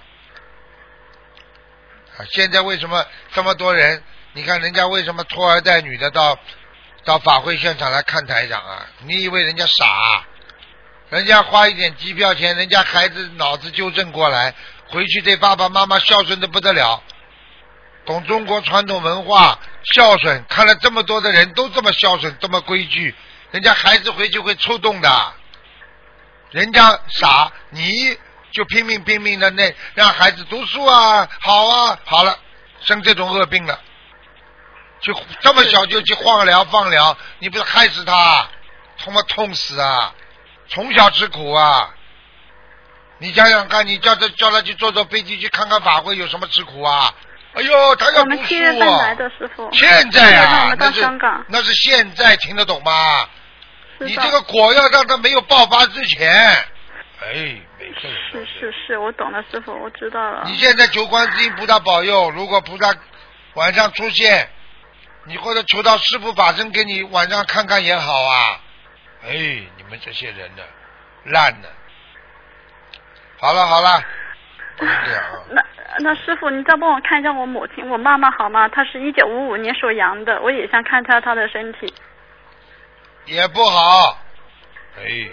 啊，现在为什么这么多人？你看人家为什么拖儿带女的到到法会现场来看台长啊？你以为人家傻啊？人家花一点机票钱，人家孩子脑子纠正过来，回去对爸爸妈妈孝顺的不得了，懂中国传统文化，孝顺。看了这么多的人都这么孝顺，这么规矩，人家孩子回去会触动的。人家傻，你就拼命拼命的那让孩子读书啊，好啊，好了，生这种恶病了，就这么小就去放疗放疗，你不是害死他，他妈痛死啊！从小吃苦啊！你想想看，你叫他叫他去坐坐飞机去看看法会，有什么吃苦啊？哎呦，他要读书啊！ 我们七月份来的师傅。 现在啊， 那是那是现在，听得懂吗？你这个果要让他没有爆发之前，哎，没事。 是是是，我懂了，师傅，我知道了。 你现在求观世音菩萨保佑，如果菩萨晚上出现，你或者求到师父法身给你晚上看看也好啊。哎，你们这些人呢，烂的。好了好了，不是这样啊。 那那师傅，你再帮我看一下我母亲，我妈妈好吗？她是一九五五年属羊的，我也想看她她的身体。 也不好，哎，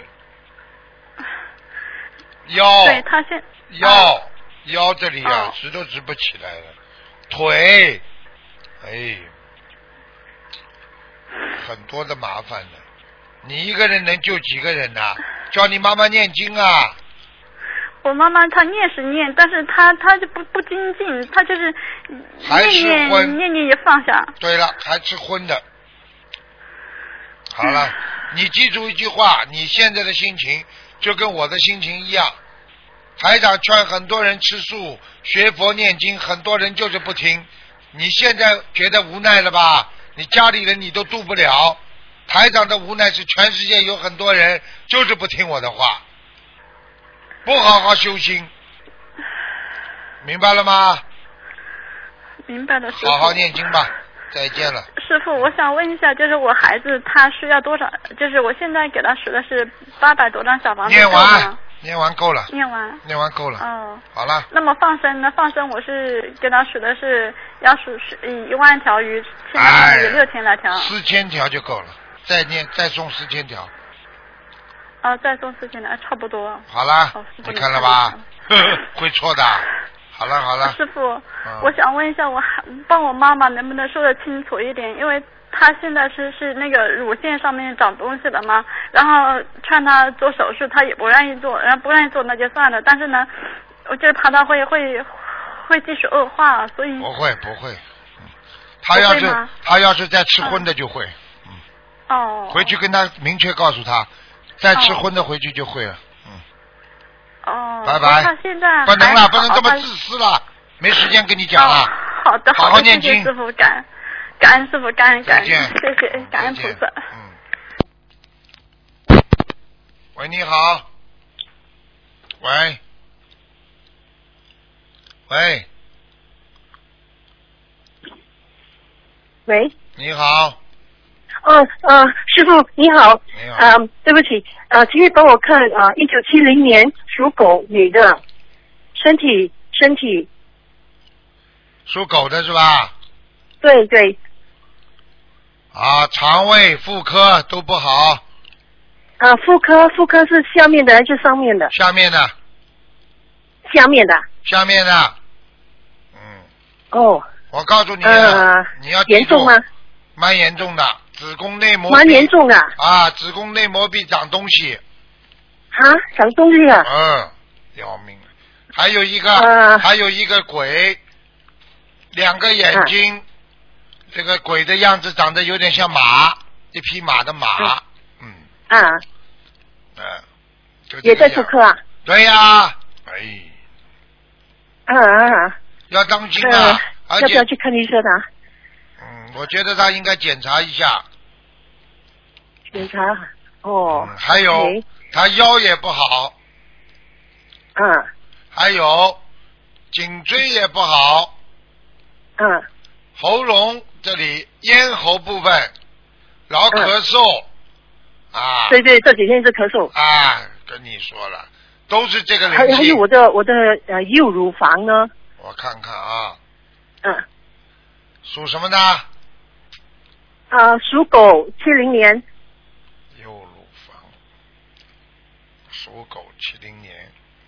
腰， 对她现腰、啊、腰这里啊，哦、直都直不起来了，腿，哎，很多的麻烦的。你一个人能救几个人呢、啊？叫你妈妈念经啊！ 我妈妈她念是念，但是她她就不不精进，她就是还吃荤， 念念也放下。 对了，还吃荤的。好了，你记住一句话，你现在的心情就跟我的心情一样。台长劝很多人吃素、学佛、念经，很多人就是不听。你现在觉得无奈了吧？你家里人你都渡不了。台长的无奈是全世界有很多人就是不听我的话，不好好修心，明白了吗？ 明白了，师傅。 好好念经吧，再见了。 师傅，我想问一下，就是我孩子他需要多少？就是我现在给他使的是八百多张小房子。 念完，念完够了。 念完。 念完够了。 哦。 好了。 那么放生呢？放生我是给他使的是要数是一万条鱼，现在有六千来条。 四千条就够了。再念，再送四千条。 啊，再送四千条，差不多。 好了，你看了吧？会错的。好了好了。 师傅，嗯、我想问一下，我还帮我妈妈能不能说得清楚一点？因为她现在是是那个乳腺上面长东西了嘛，然后劝她做手术，她也不愿意做，然后不愿意做那就算了。但是呢，我就是怕她会会会继续恶化，所以不会不会。嗯，她要是她要是再吃荤的就会。嗯哦。 回去跟他明确告诉他，再吃荤的回去就会了。嗯。 哦。 拜拜。 他现在不能了，不能这么自私了，没时间跟你讲了。 哦、好的， 好好的， 念经。 谢谢师傅，感恩感恩师傅，感恩感恩， 谢谢感恩菩萨。 嗯。喂，你好。喂。喂。 喂。 你好。 哦呃，师傅你好。 你好。 嗯、呃，对不起，呃，请你帮我看啊，一九七零年属狗女的，身体身体。 属狗的是吧？ 对对。 啊，肠胃、妇科都不好。 啊，妇科妇科是下面的还是上面的？ 下面的。 下面的。 下面的。嗯。 哦。 我告诉你， 呃、 你要严重吗？ 蛮严重的，子宫内膜。 蛮严重的。 啊，子宫内膜壁长东西。 啊，长东西啊。 嗯，要命了。还有一个， 呃、 还有一个鬼，两个眼睛，啊、这个鬼的样子长得有点像马，一匹马的马。啊、嗯。 啊。 嗯、呃。 也在妇科啊。 对呀、啊，哎。 啊啊。 要当心啊！呃而且要不要去看医生啊？ 嗯，我觉得他应该检查一下。 检查哦、 嗯。还有、okay. 他腰也不好。 嗯。 还有颈椎也不好。 嗯。 喉咙这里咽喉部分老咳嗽、嗯、啊。 对对，这几天是咳嗽。 啊，跟你说了，都是这个灵性。 还还有我的我的呃右乳房呢？ 我看看啊。 嗯， 属什么的？ 啊，属狗，七零年。 右乳房，属狗，七零年。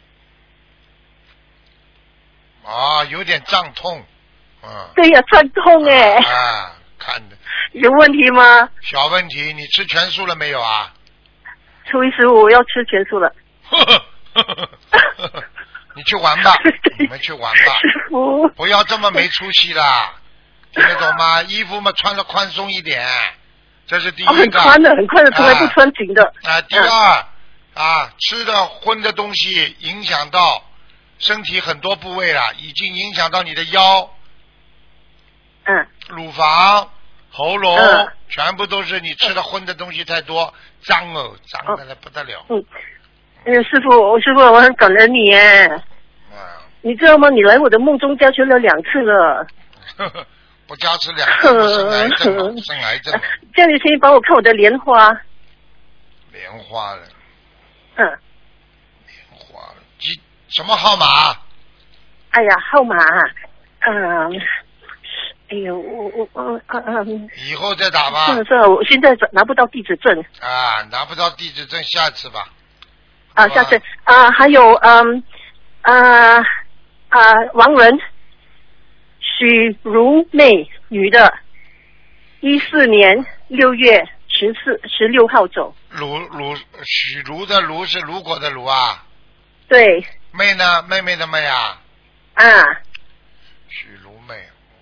啊，有点胀痛，嗯。 对呀、啊，胀痛哎。 啊，看的。 有问题吗？ 小问题，你吃全素了没有啊？ 初一十五要吃全素了。 呵呵呵呵呵你去玩吧，你们去玩吧， 师傅， 不要这么没出息啦，听得懂吗？衣服嘛穿的宽松一点，这是第一个。 哦、很宽的，很宽的，从来不穿紧的。 啊，啊第二、嗯、啊，吃的荤的东西影响到身体很多部位了，已经影响到你的腰， 嗯， 乳房、喉咙、 嗯， 全部都是你吃的荤的东西太多，脏哦，脏的不得了。 嗯。嗯，师傅，师傅，我很感恩你耶。 啊、 你知道吗？你来我的梦中加持了两次了。 呵呵不加持两次，生癌症了，生癌症了。 这样你可以帮我看我的莲花。 莲花了。 嗯。 莲花了，几什么号码？ 哎呀，号码，嗯，哎呦，我我我嗯嗯。 以后再打吧。 是是，我现在拿不到地址证。 啊，拿不到地址证，下次吧。 啊，下次啊，还有嗯啊啊，王人许如妹，女的，一四年六月十四十六号走。 卢卢许卢的卢是如果的卢啊？ 对。 妹呢？妹妹的妹啊？ 啊。 许卢妹。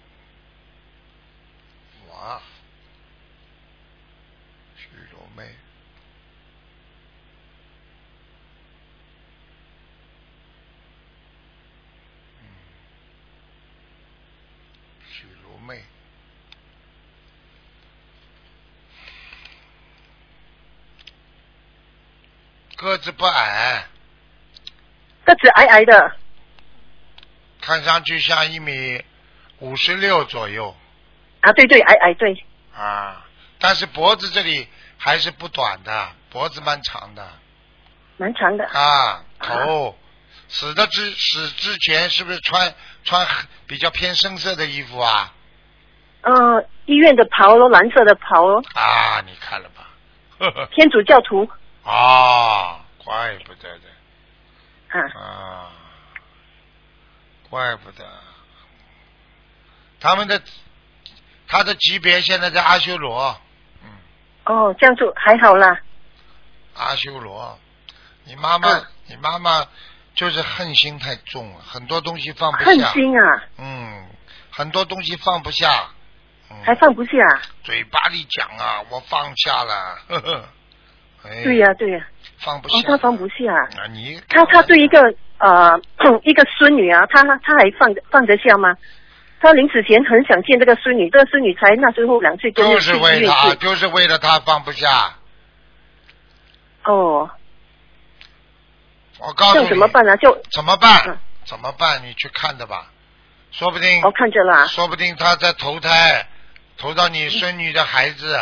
哇。许卢妹。许卢妹，个子不矮， 个子矮矮的， 看上去像一米五十六左右。 啊，对对，矮矮对。 啊，但是脖子这里还是不短的，脖子蛮长的。 蛮长的。 啊，头。啊死的之死之前是不是穿穿比较偏深色的衣服啊？ 嗯、呃，医院的袍咯，蓝色的袍咯。 啊，你看了吧？呵呵天主教徒。 啊，怪不得的。 啊。 啊，怪不得。他们的他的级别现在在阿修罗。嗯。 哦，这样就还好啦。 阿修罗，你妈妈，嗯、你妈妈。就是恨心太重了，很多东西放不下。 恨心啊！ 嗯，很多东西放不下， 嗯、 还放不下。 嘴巴里讲啊，我放下了。呵呵哎、 对呀、啊、对呀、啊。 放不下。 哦，他放不下。 啊，你。 他他对一个呃一个孙女啊，他他还放放得下吗？他临死前很想见这个孙女，这个孙女才那时候两岁多。 就是为他，就是为了他放不下。 哦。 我告诉你。 这怎么办呢？就怎么办？ 嗯、 怎么办？你去看的吧，说不定。 我看着啦。 说不定他在投胎，投到你孙女的孩子。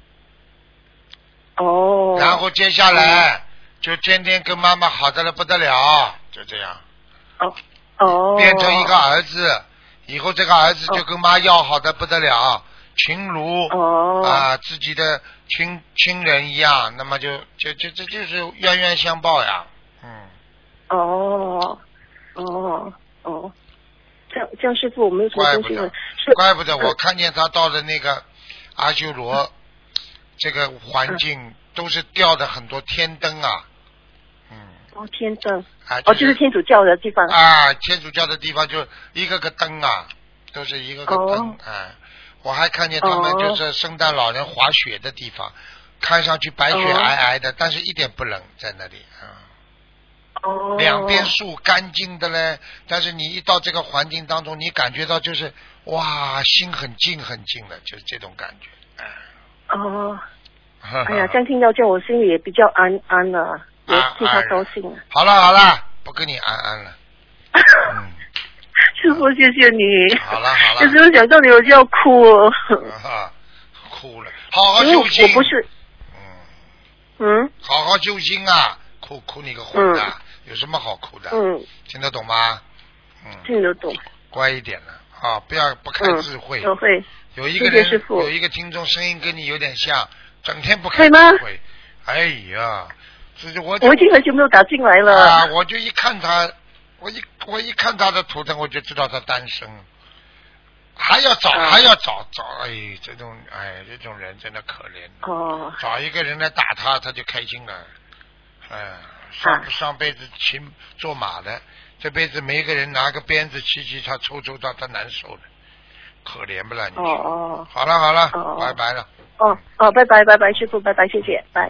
哦。 然后接下来、嗯、就天天跟妈妈好的了不得了，就这样。 哦哦。 变成一个儿子。以后这个儿子就跟妈要好的不得了，哦、情如哦啊自己的亲亲人一样，那么就就就这就, 就是冤冤相报呀，嗯。 哦哦哦，这样这样师傅我没有什么东西问， 怪不得我看见他到的那个阿修罗，这个环境都是吊的很多天灯啊，嗯。 哦，天灯。 啊、 就是，哦，就是天主教的地方啊，天主教的地方就一个个灯啊，都是一个个灯， 哦、 啊。我还看见他们就是圣诞老人滑雪的地方，哦、看上去白雪皑皑的，哦、但是一点不冷在那里啊。 哦。 两边树干净的嘞，但是你一到这个环境当中，你感觉到就是哇，心很静很静的，就是这种感觉。啊、 哦。哎呀，这样听到这我心里也比较安安了。也替他高兴了。 好了好了，不跟你安安了。嗯， 师傅谢谢你。 好了好了。 有时候想到你我就要哭哦。 啊，哭了，好好修心。 我不是。嗯。嗯。 好好修心啊！哭哭你个混蛋、嗯，有什么好哭的？ 嗯。 听得懂吗？嗯。 听得懂。 乖一点了啊！不要不开智慧。 我、嗯、会。 有一个人， 谢谢师父。 有一个听众声音跟你有点像，整天不开智慧。哎呀。我, 我已经很久没有打进来了啊！我就一看他，我一我一看他的图腾，我就知道他单身，还要找、啊、还要找找，哎，这种哎这种人真的可怜。 哦。 找一个人来打他，他就开心了。哎，上、啊、上辈子骑做马的，这辈子没一个人拿个鞭子骑骑他，抽抽他，他难受了，可怜不啦你？ 哦哦。 好了好了， 哦、 拜拜了。 哦哦，拜拜拜拜，师傅拜拜，谢谢，拜。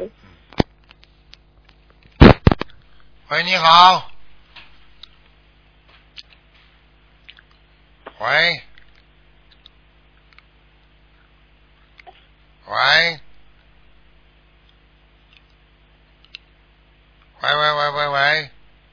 喂，你好。喂。喂。喂喂喂喂喂。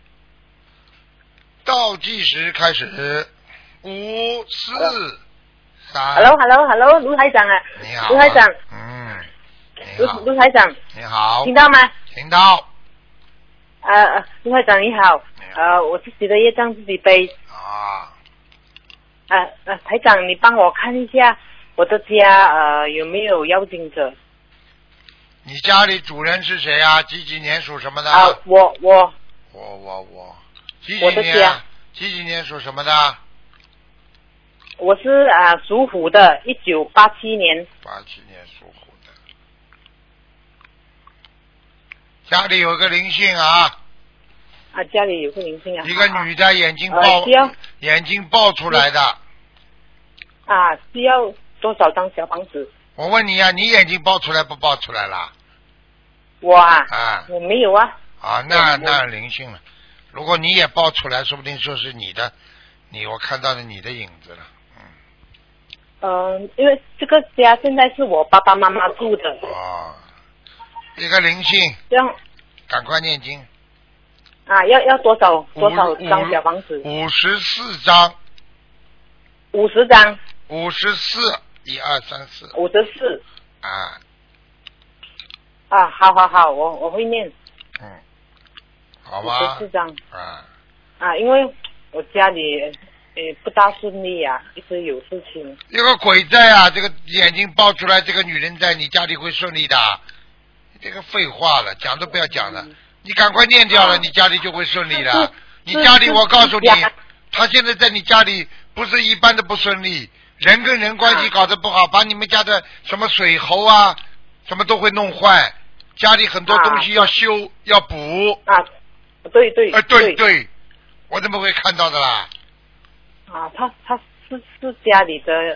倒计时开始，五四三。 Hello Hello Hello， 卢台长啊。 你好、啊。 卢台长。 嗯。 卢卢台长。 你好。 听到吗？ 听到。 呃，卢台长你好，呃，我自己的业障自己背。 啊。 呃呃，台长，你帮我看一下我的家呃有没有妖精者？ 你家里主人是谁啊？几几年属什么的？ 啊、呃，我我。 我我我。几几年？几几年属什么的？ 我是啊、呃、属虎的，一九八七年。 八七年属虎的。家里有个灵性啊！ 啊，家里有个灵性啊！ 一个女的，眼睛爆、呃，眼睛爆出来的。 啊，需要多少张小房子？ 我问你啊，你眼睛爆出来不爆出来啦？ 我啊， 啊， 我没有啊。 啊，那那灵性了。如果你也爆出来，说不定说是你的，你我看到了你的影子了。嗯。 嗯、呃，因为这个家现在是我爸爸妈妈住的。 哦。一个灵性， 这样， 赶快念经。 啊，要要多少多少张小房子？ 五十四张。 五十张。 五十四，一二三四。 五十四。 啊。 啊，好好好，我我会念。 嗯。好吧。 五十四张。 啊。 啊，因为我家里呃不大顺利啊，一直有事情。 有个鬼在啊！这个眼睛爆出来，这个女人在，你家里会顺利的。这个废话了，讲都不要讲了，嗯、你赶快念掉了，啊、你家里就会顺利了。你家里，我告诉你，他现在在你家里不是一般的不顺利，人跟人关系搞得不好，啊、把你们家的什么水喉啊，什么都会弄坏，家里很多东西要修、啊、要补。 啊，对对。 哎、呃，对 对, 对，我怎么会看到的啦？ 啊，他他是是家里的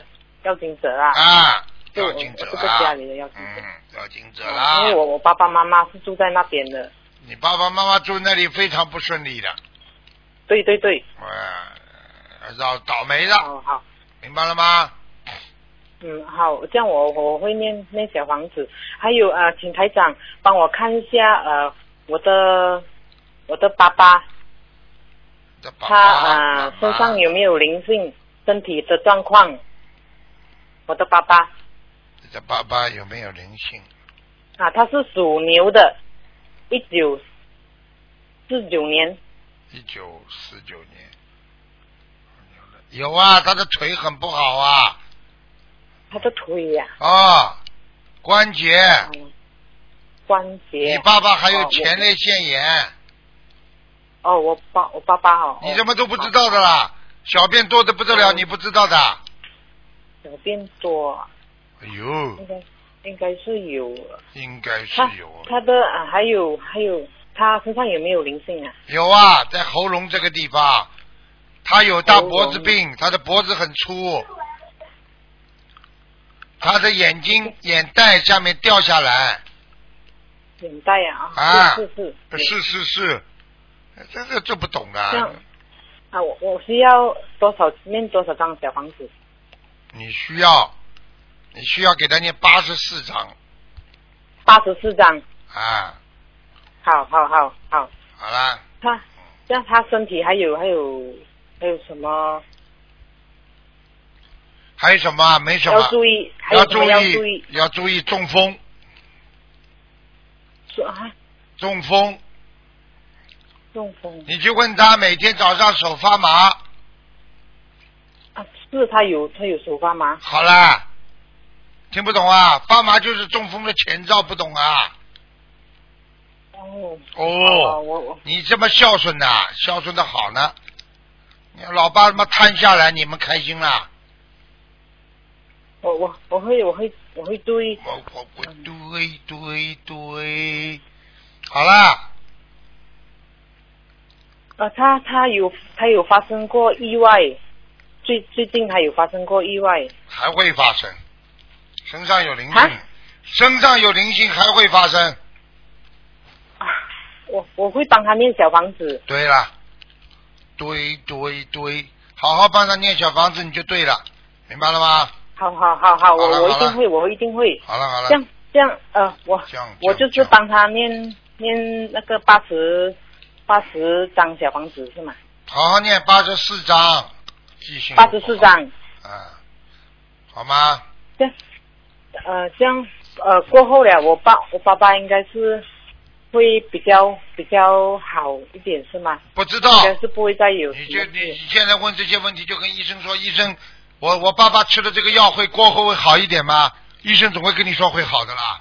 要经者啊。 啊， 就要经者啊。 这个家里的要经者。 嗯，要经者啦。 因为我我爸爸妈妈是住在那边的。 你爸爸妈妈住那里非常不顺利的。 对对对。 呃，倒倒霉的。 哦好。 明白了吗？ 嗯，好，这样我我会念念小房子，还有呃，请台长帮我看一下呃，我的我的爸爸， 爸爸他呃身上有没有灵性，身体的状况？我的爸爸。 你的爸爸有没有灵性？ 啊，他是属牛的，一九四九年。 一九四九年。有啊，他的腿很不好啊。 他的腿呀、 啊。哦，关节。 嗯、关节。 你爸爸还有前列腺炎。 哦，我爸我爸爸哦。 你怎么都不知道的啦？小便多的不得了，嗯、你不知道的。 小便多。 哎呦。 应该应该是有。 应该是有。 他, 他的啊，还有还有，他身上有没有灵性啊？ 有啊，在喉咙这个地方。他有大脖子病，他的脖子很粗，他的眼睛眼袋下面掉下来。 眼袋啊？ 啊， 是是是是是是，这个这不懂啊。 啊，我我需要多少念多少张小房子？ 你需要，你需要给他念八十四张。 八十四张。 啊。 好好好好。 好啦。 他这样，他身体还有还有。还有什么？ 还有什么？没什么。 要注意， 要注意， 要注意， 要注意中风。 啊？ 中风。 中风。 你去问他，每天早上手发麻。 啊，是他有他有手发麻。 好啦，听不懂啊？发麻就是中风的前兆，不懂啊？ 哦。 哦。 我我。 你这么孝顺呐、啊，孝顺的好呢。老爸他妈摊下来，你们开心啦？ 我我我会我会我会对。 我我我对对对，好啦。 呃，他他有他有发生过意外，最最近还有发生过意外。 还会发生，身上有灵性，身上有灵性还会发生。 啊，我我会帮他念小房子。 对了。对对对，好好帮他念小房子你就对了，明白了吗？ 好好好好，我我一定会，我一定会。 好了好了。 这样这样呃，我我就是帮他念念那个八十八十张小房子是吗？ 好好念八十四张，记性。 八十四张。 啊，好吗？ 这样呃这样呃过后了，我爸我爸爸应该是。会比较比较好一点是吗？ 不知道， 应该是不会再有。 你就你你现在问这些问题，就跟医生说，医生，我我爸爸吃的这个药会过后会好一点吗？医生总会跟你说会好的啦。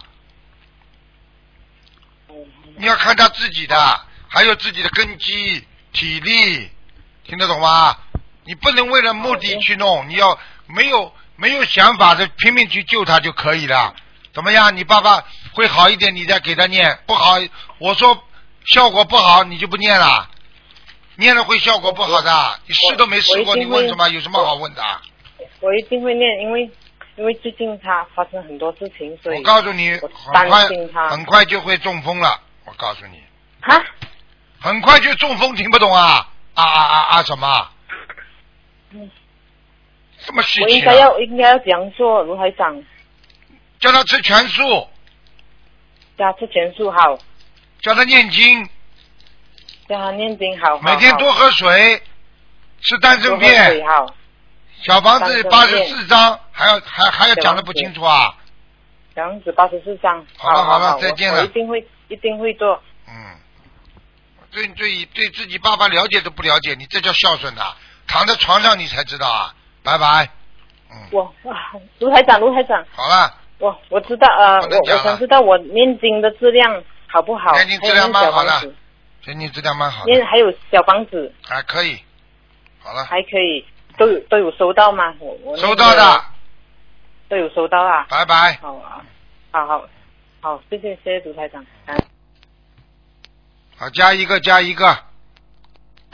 嗯、 你要看他自己的，还有自己的根基、体力，听得懂吗？你不能为了目的去弄，你要没有没有想法的拼命去救他就可以了。怎么样？你爸爸会好一点，你再给他念。不好，我说效果不好，你就不念了。念了会效果不好的，你试都没试过，你问什么？有什么好问的？ 我一定会念，因为因为最近他发生很多事情，所以我告诉你，很快很快就会中风了。我告诉你。 啊？ 很快就中风，听不懂啊？啊啊啊啊！什么？ 嗯。 什么事情、啊？ 我应该要应该要怎样做，卢台长？ 叫他吃全素， 叫他吃全素好。 叫他念经， 叫他念经好。 每天多喝水，吃丹参片。 好。 小房子八十四张，还要还还要讲得不清楚啊？ 小房子八十四张。 好了好了，再见了。 我一定会一定会做。 嗯，对对对自己爸爸了解都不了解，你这叫孝顺呐！躺在床上你才知道啊！拜拜。嗯。 我啊，卢台长，卢台长。 好了。 我我知道呃，我我想知道我念经的质量好不好？ 念经质量蛮好的，念经质量蛮好的。 念还有小房子。 还可以，好了。 还可以，都有都有收到吗？我我、那個、 收到的。 都有收到啊。 拜拜。 好啊，好好好，谢谢谢谢卢台长。嗯。 好，加一个加一个。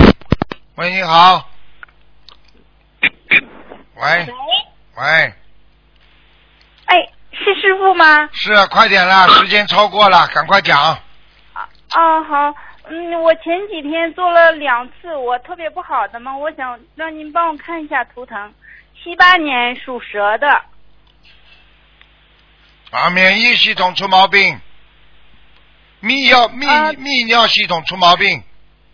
喂，你好。喂。喂。 是师傅吗？ 是啊，快点啦，时间超过了，赶快讲。 啊，好，嗯，我前几天做了两次我特别不好的梦，我想让您帮我看一下图腾。七八年属蛇的。 啊，免疫系统出毛病，泌尿泌、啊、泌尿系统出毛病。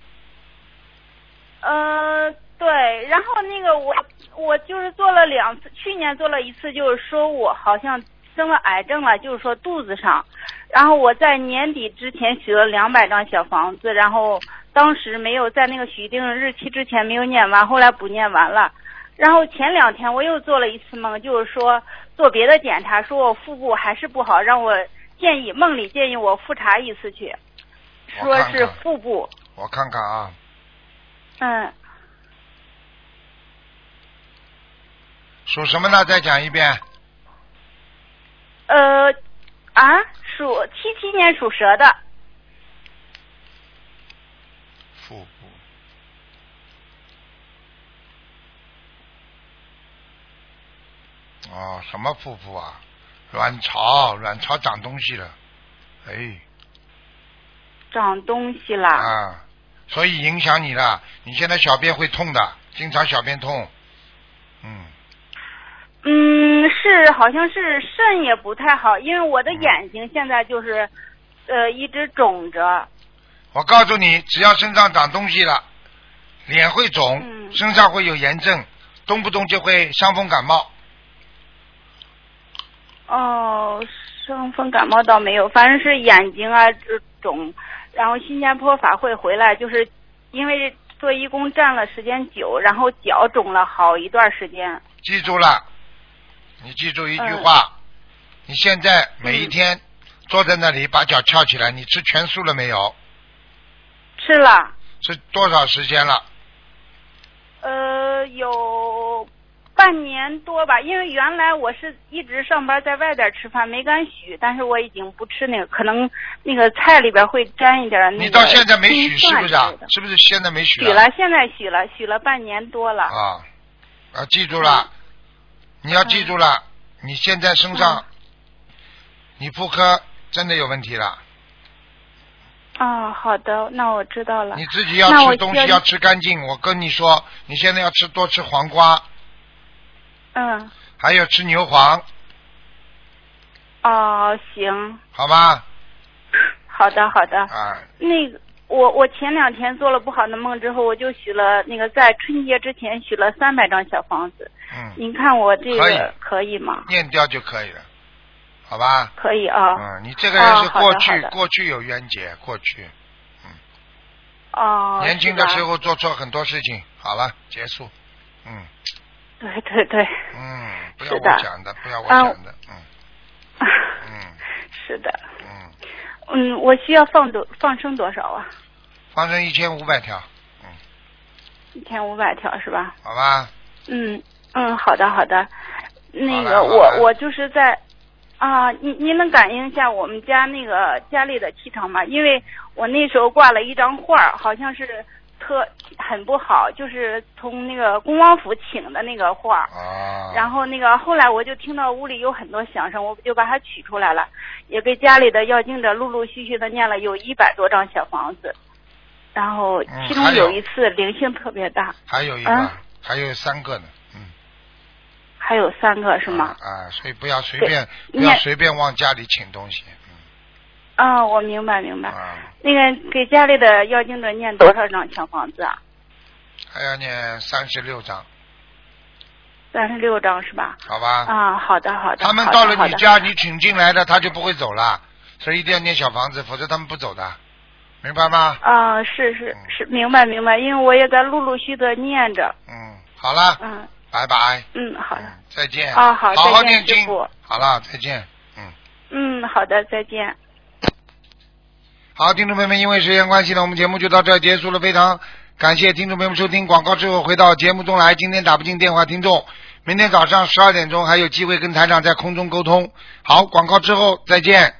呃，对，然后那个我我就是做了两次，去年做了一次，就是说我好像生了癌症了，就是说肚子上，然后我在年底之前许了两百张小房子，然后当时没有在那个许定日期之前没有念完，后来补念完了。然后前两天我又做了一次梦，就是说做别的检查，说我腹部还是不好，让我建议梦里建议我复查一次去，说是腹部。 我看看啊。 嗯。 属什么呢？再讲一遍。 呃，啊，属七七年属蛇的。 腹部。哦，什么腹部啊？卵巢，卵巢长东西了，哎。 长东西了。 啊，所以影响你了。你现在小便会痛的，经常小便痛。嗯。 嗯，是，好像是肾也不太好，因为我的眼睛现在就是，嗯、呃，一直肿着。 我告诉你，只要身上长东西了，脸会肿， 嗯、 身上会有炎症，动不动就会伤风感冒。 哦，伤风感冒倒没有，反正是眼睛啊肿，然后新加坡法会回来，就是因为做义工站了时间久，然后脚肿了好一段时间。 记住了，你记住一句话，嗯、你现在每一天坐在那里把脚翘起来，你吃全素了没有？ 吃了。 吃多少时间了？ 呃，有半年多吧，因为原来我是一直上班在外边吃饭，没敢许，但是我已经不吃那个，可能那个菜里边会沾一点那个。 你到现在没许是不是啊？是不是现在没许？ 许了，现在许了，许了半年多了。 啊，啊，记住了，嗯、你要记住了，嗯、你现在身上，嗯、你妇科真的有问题了。 哦，好的，那我知道了。 你自己要吃东西要吃干净，我跟你说，你现在要吃多吃黄瓜。 嗯。 还有吃牛黄。 哦，行。 好吧。 好的，好的。 啊。 那个，我我前两天做了不好的梦之后，我就许了那个在春节之前许了三百张小房子。 嗯。 您看我这个可以， 可以吗？ 念掉就可以了。好吧。 可以啊。 嗯，你这个人是过去、 哦、 过去有冤结，过去，嗯。 哦。 年轻的时候做错很多事情，好了，结束，嗯。 对对对。 嗯，不要我讲的，不要我讲的，嗯。嗯。 是的。 嗯。 嗯，我需要放多放生多少啊？ 放生一千五百条，嗯。 一千五百条是吧？ 好吧。 嗯嗯，好的好的，那个我我就是在。啊，您您能感应一下我们家那个家里的气场吗？因为我那时候挂了一张画，好像是特很不好，就是从那个恭王府请的那个画。 啊。 然后那个后来我就听到屋里有很多响声，我就把它取出来了，也给家里的要经者陆陆续续的念了有一百多张小房子，然后其中有一次灵性特别大。 还有一个，嗯、还有三个呢。 还有三个是吗？ 啊，啊所以不要随便不要随便往家里请东西。嗯。 啊，我明白明白。 啊。 那个给家里的要经者念多少张小房子啊？ 还要念三十六张。 三十六张是吧？ 好吧。 啊，好的好的。 他们到了你家，你请进来的，他就不会走了，所以一定要念小房子，否则他们不走的，明白吗？ 啊，是是是，明白明白，因为我也在陆陆续续的念着。 嗯，好了。 嗯。 拜拜。 嗯，好的。 嗯、再见。 啊，好， 好好念经。 好了，再见。嗯。 嗯，好的，再见。 好，听众朋友们，因为时间关系呢，我们节目就到这儿结束了。非常感谢听众朋友们收听广告之后回到节目中来。今天打不进电话，听众明天早上十二点钟还有机会跟台长在空中沟通。好，广告之后再见。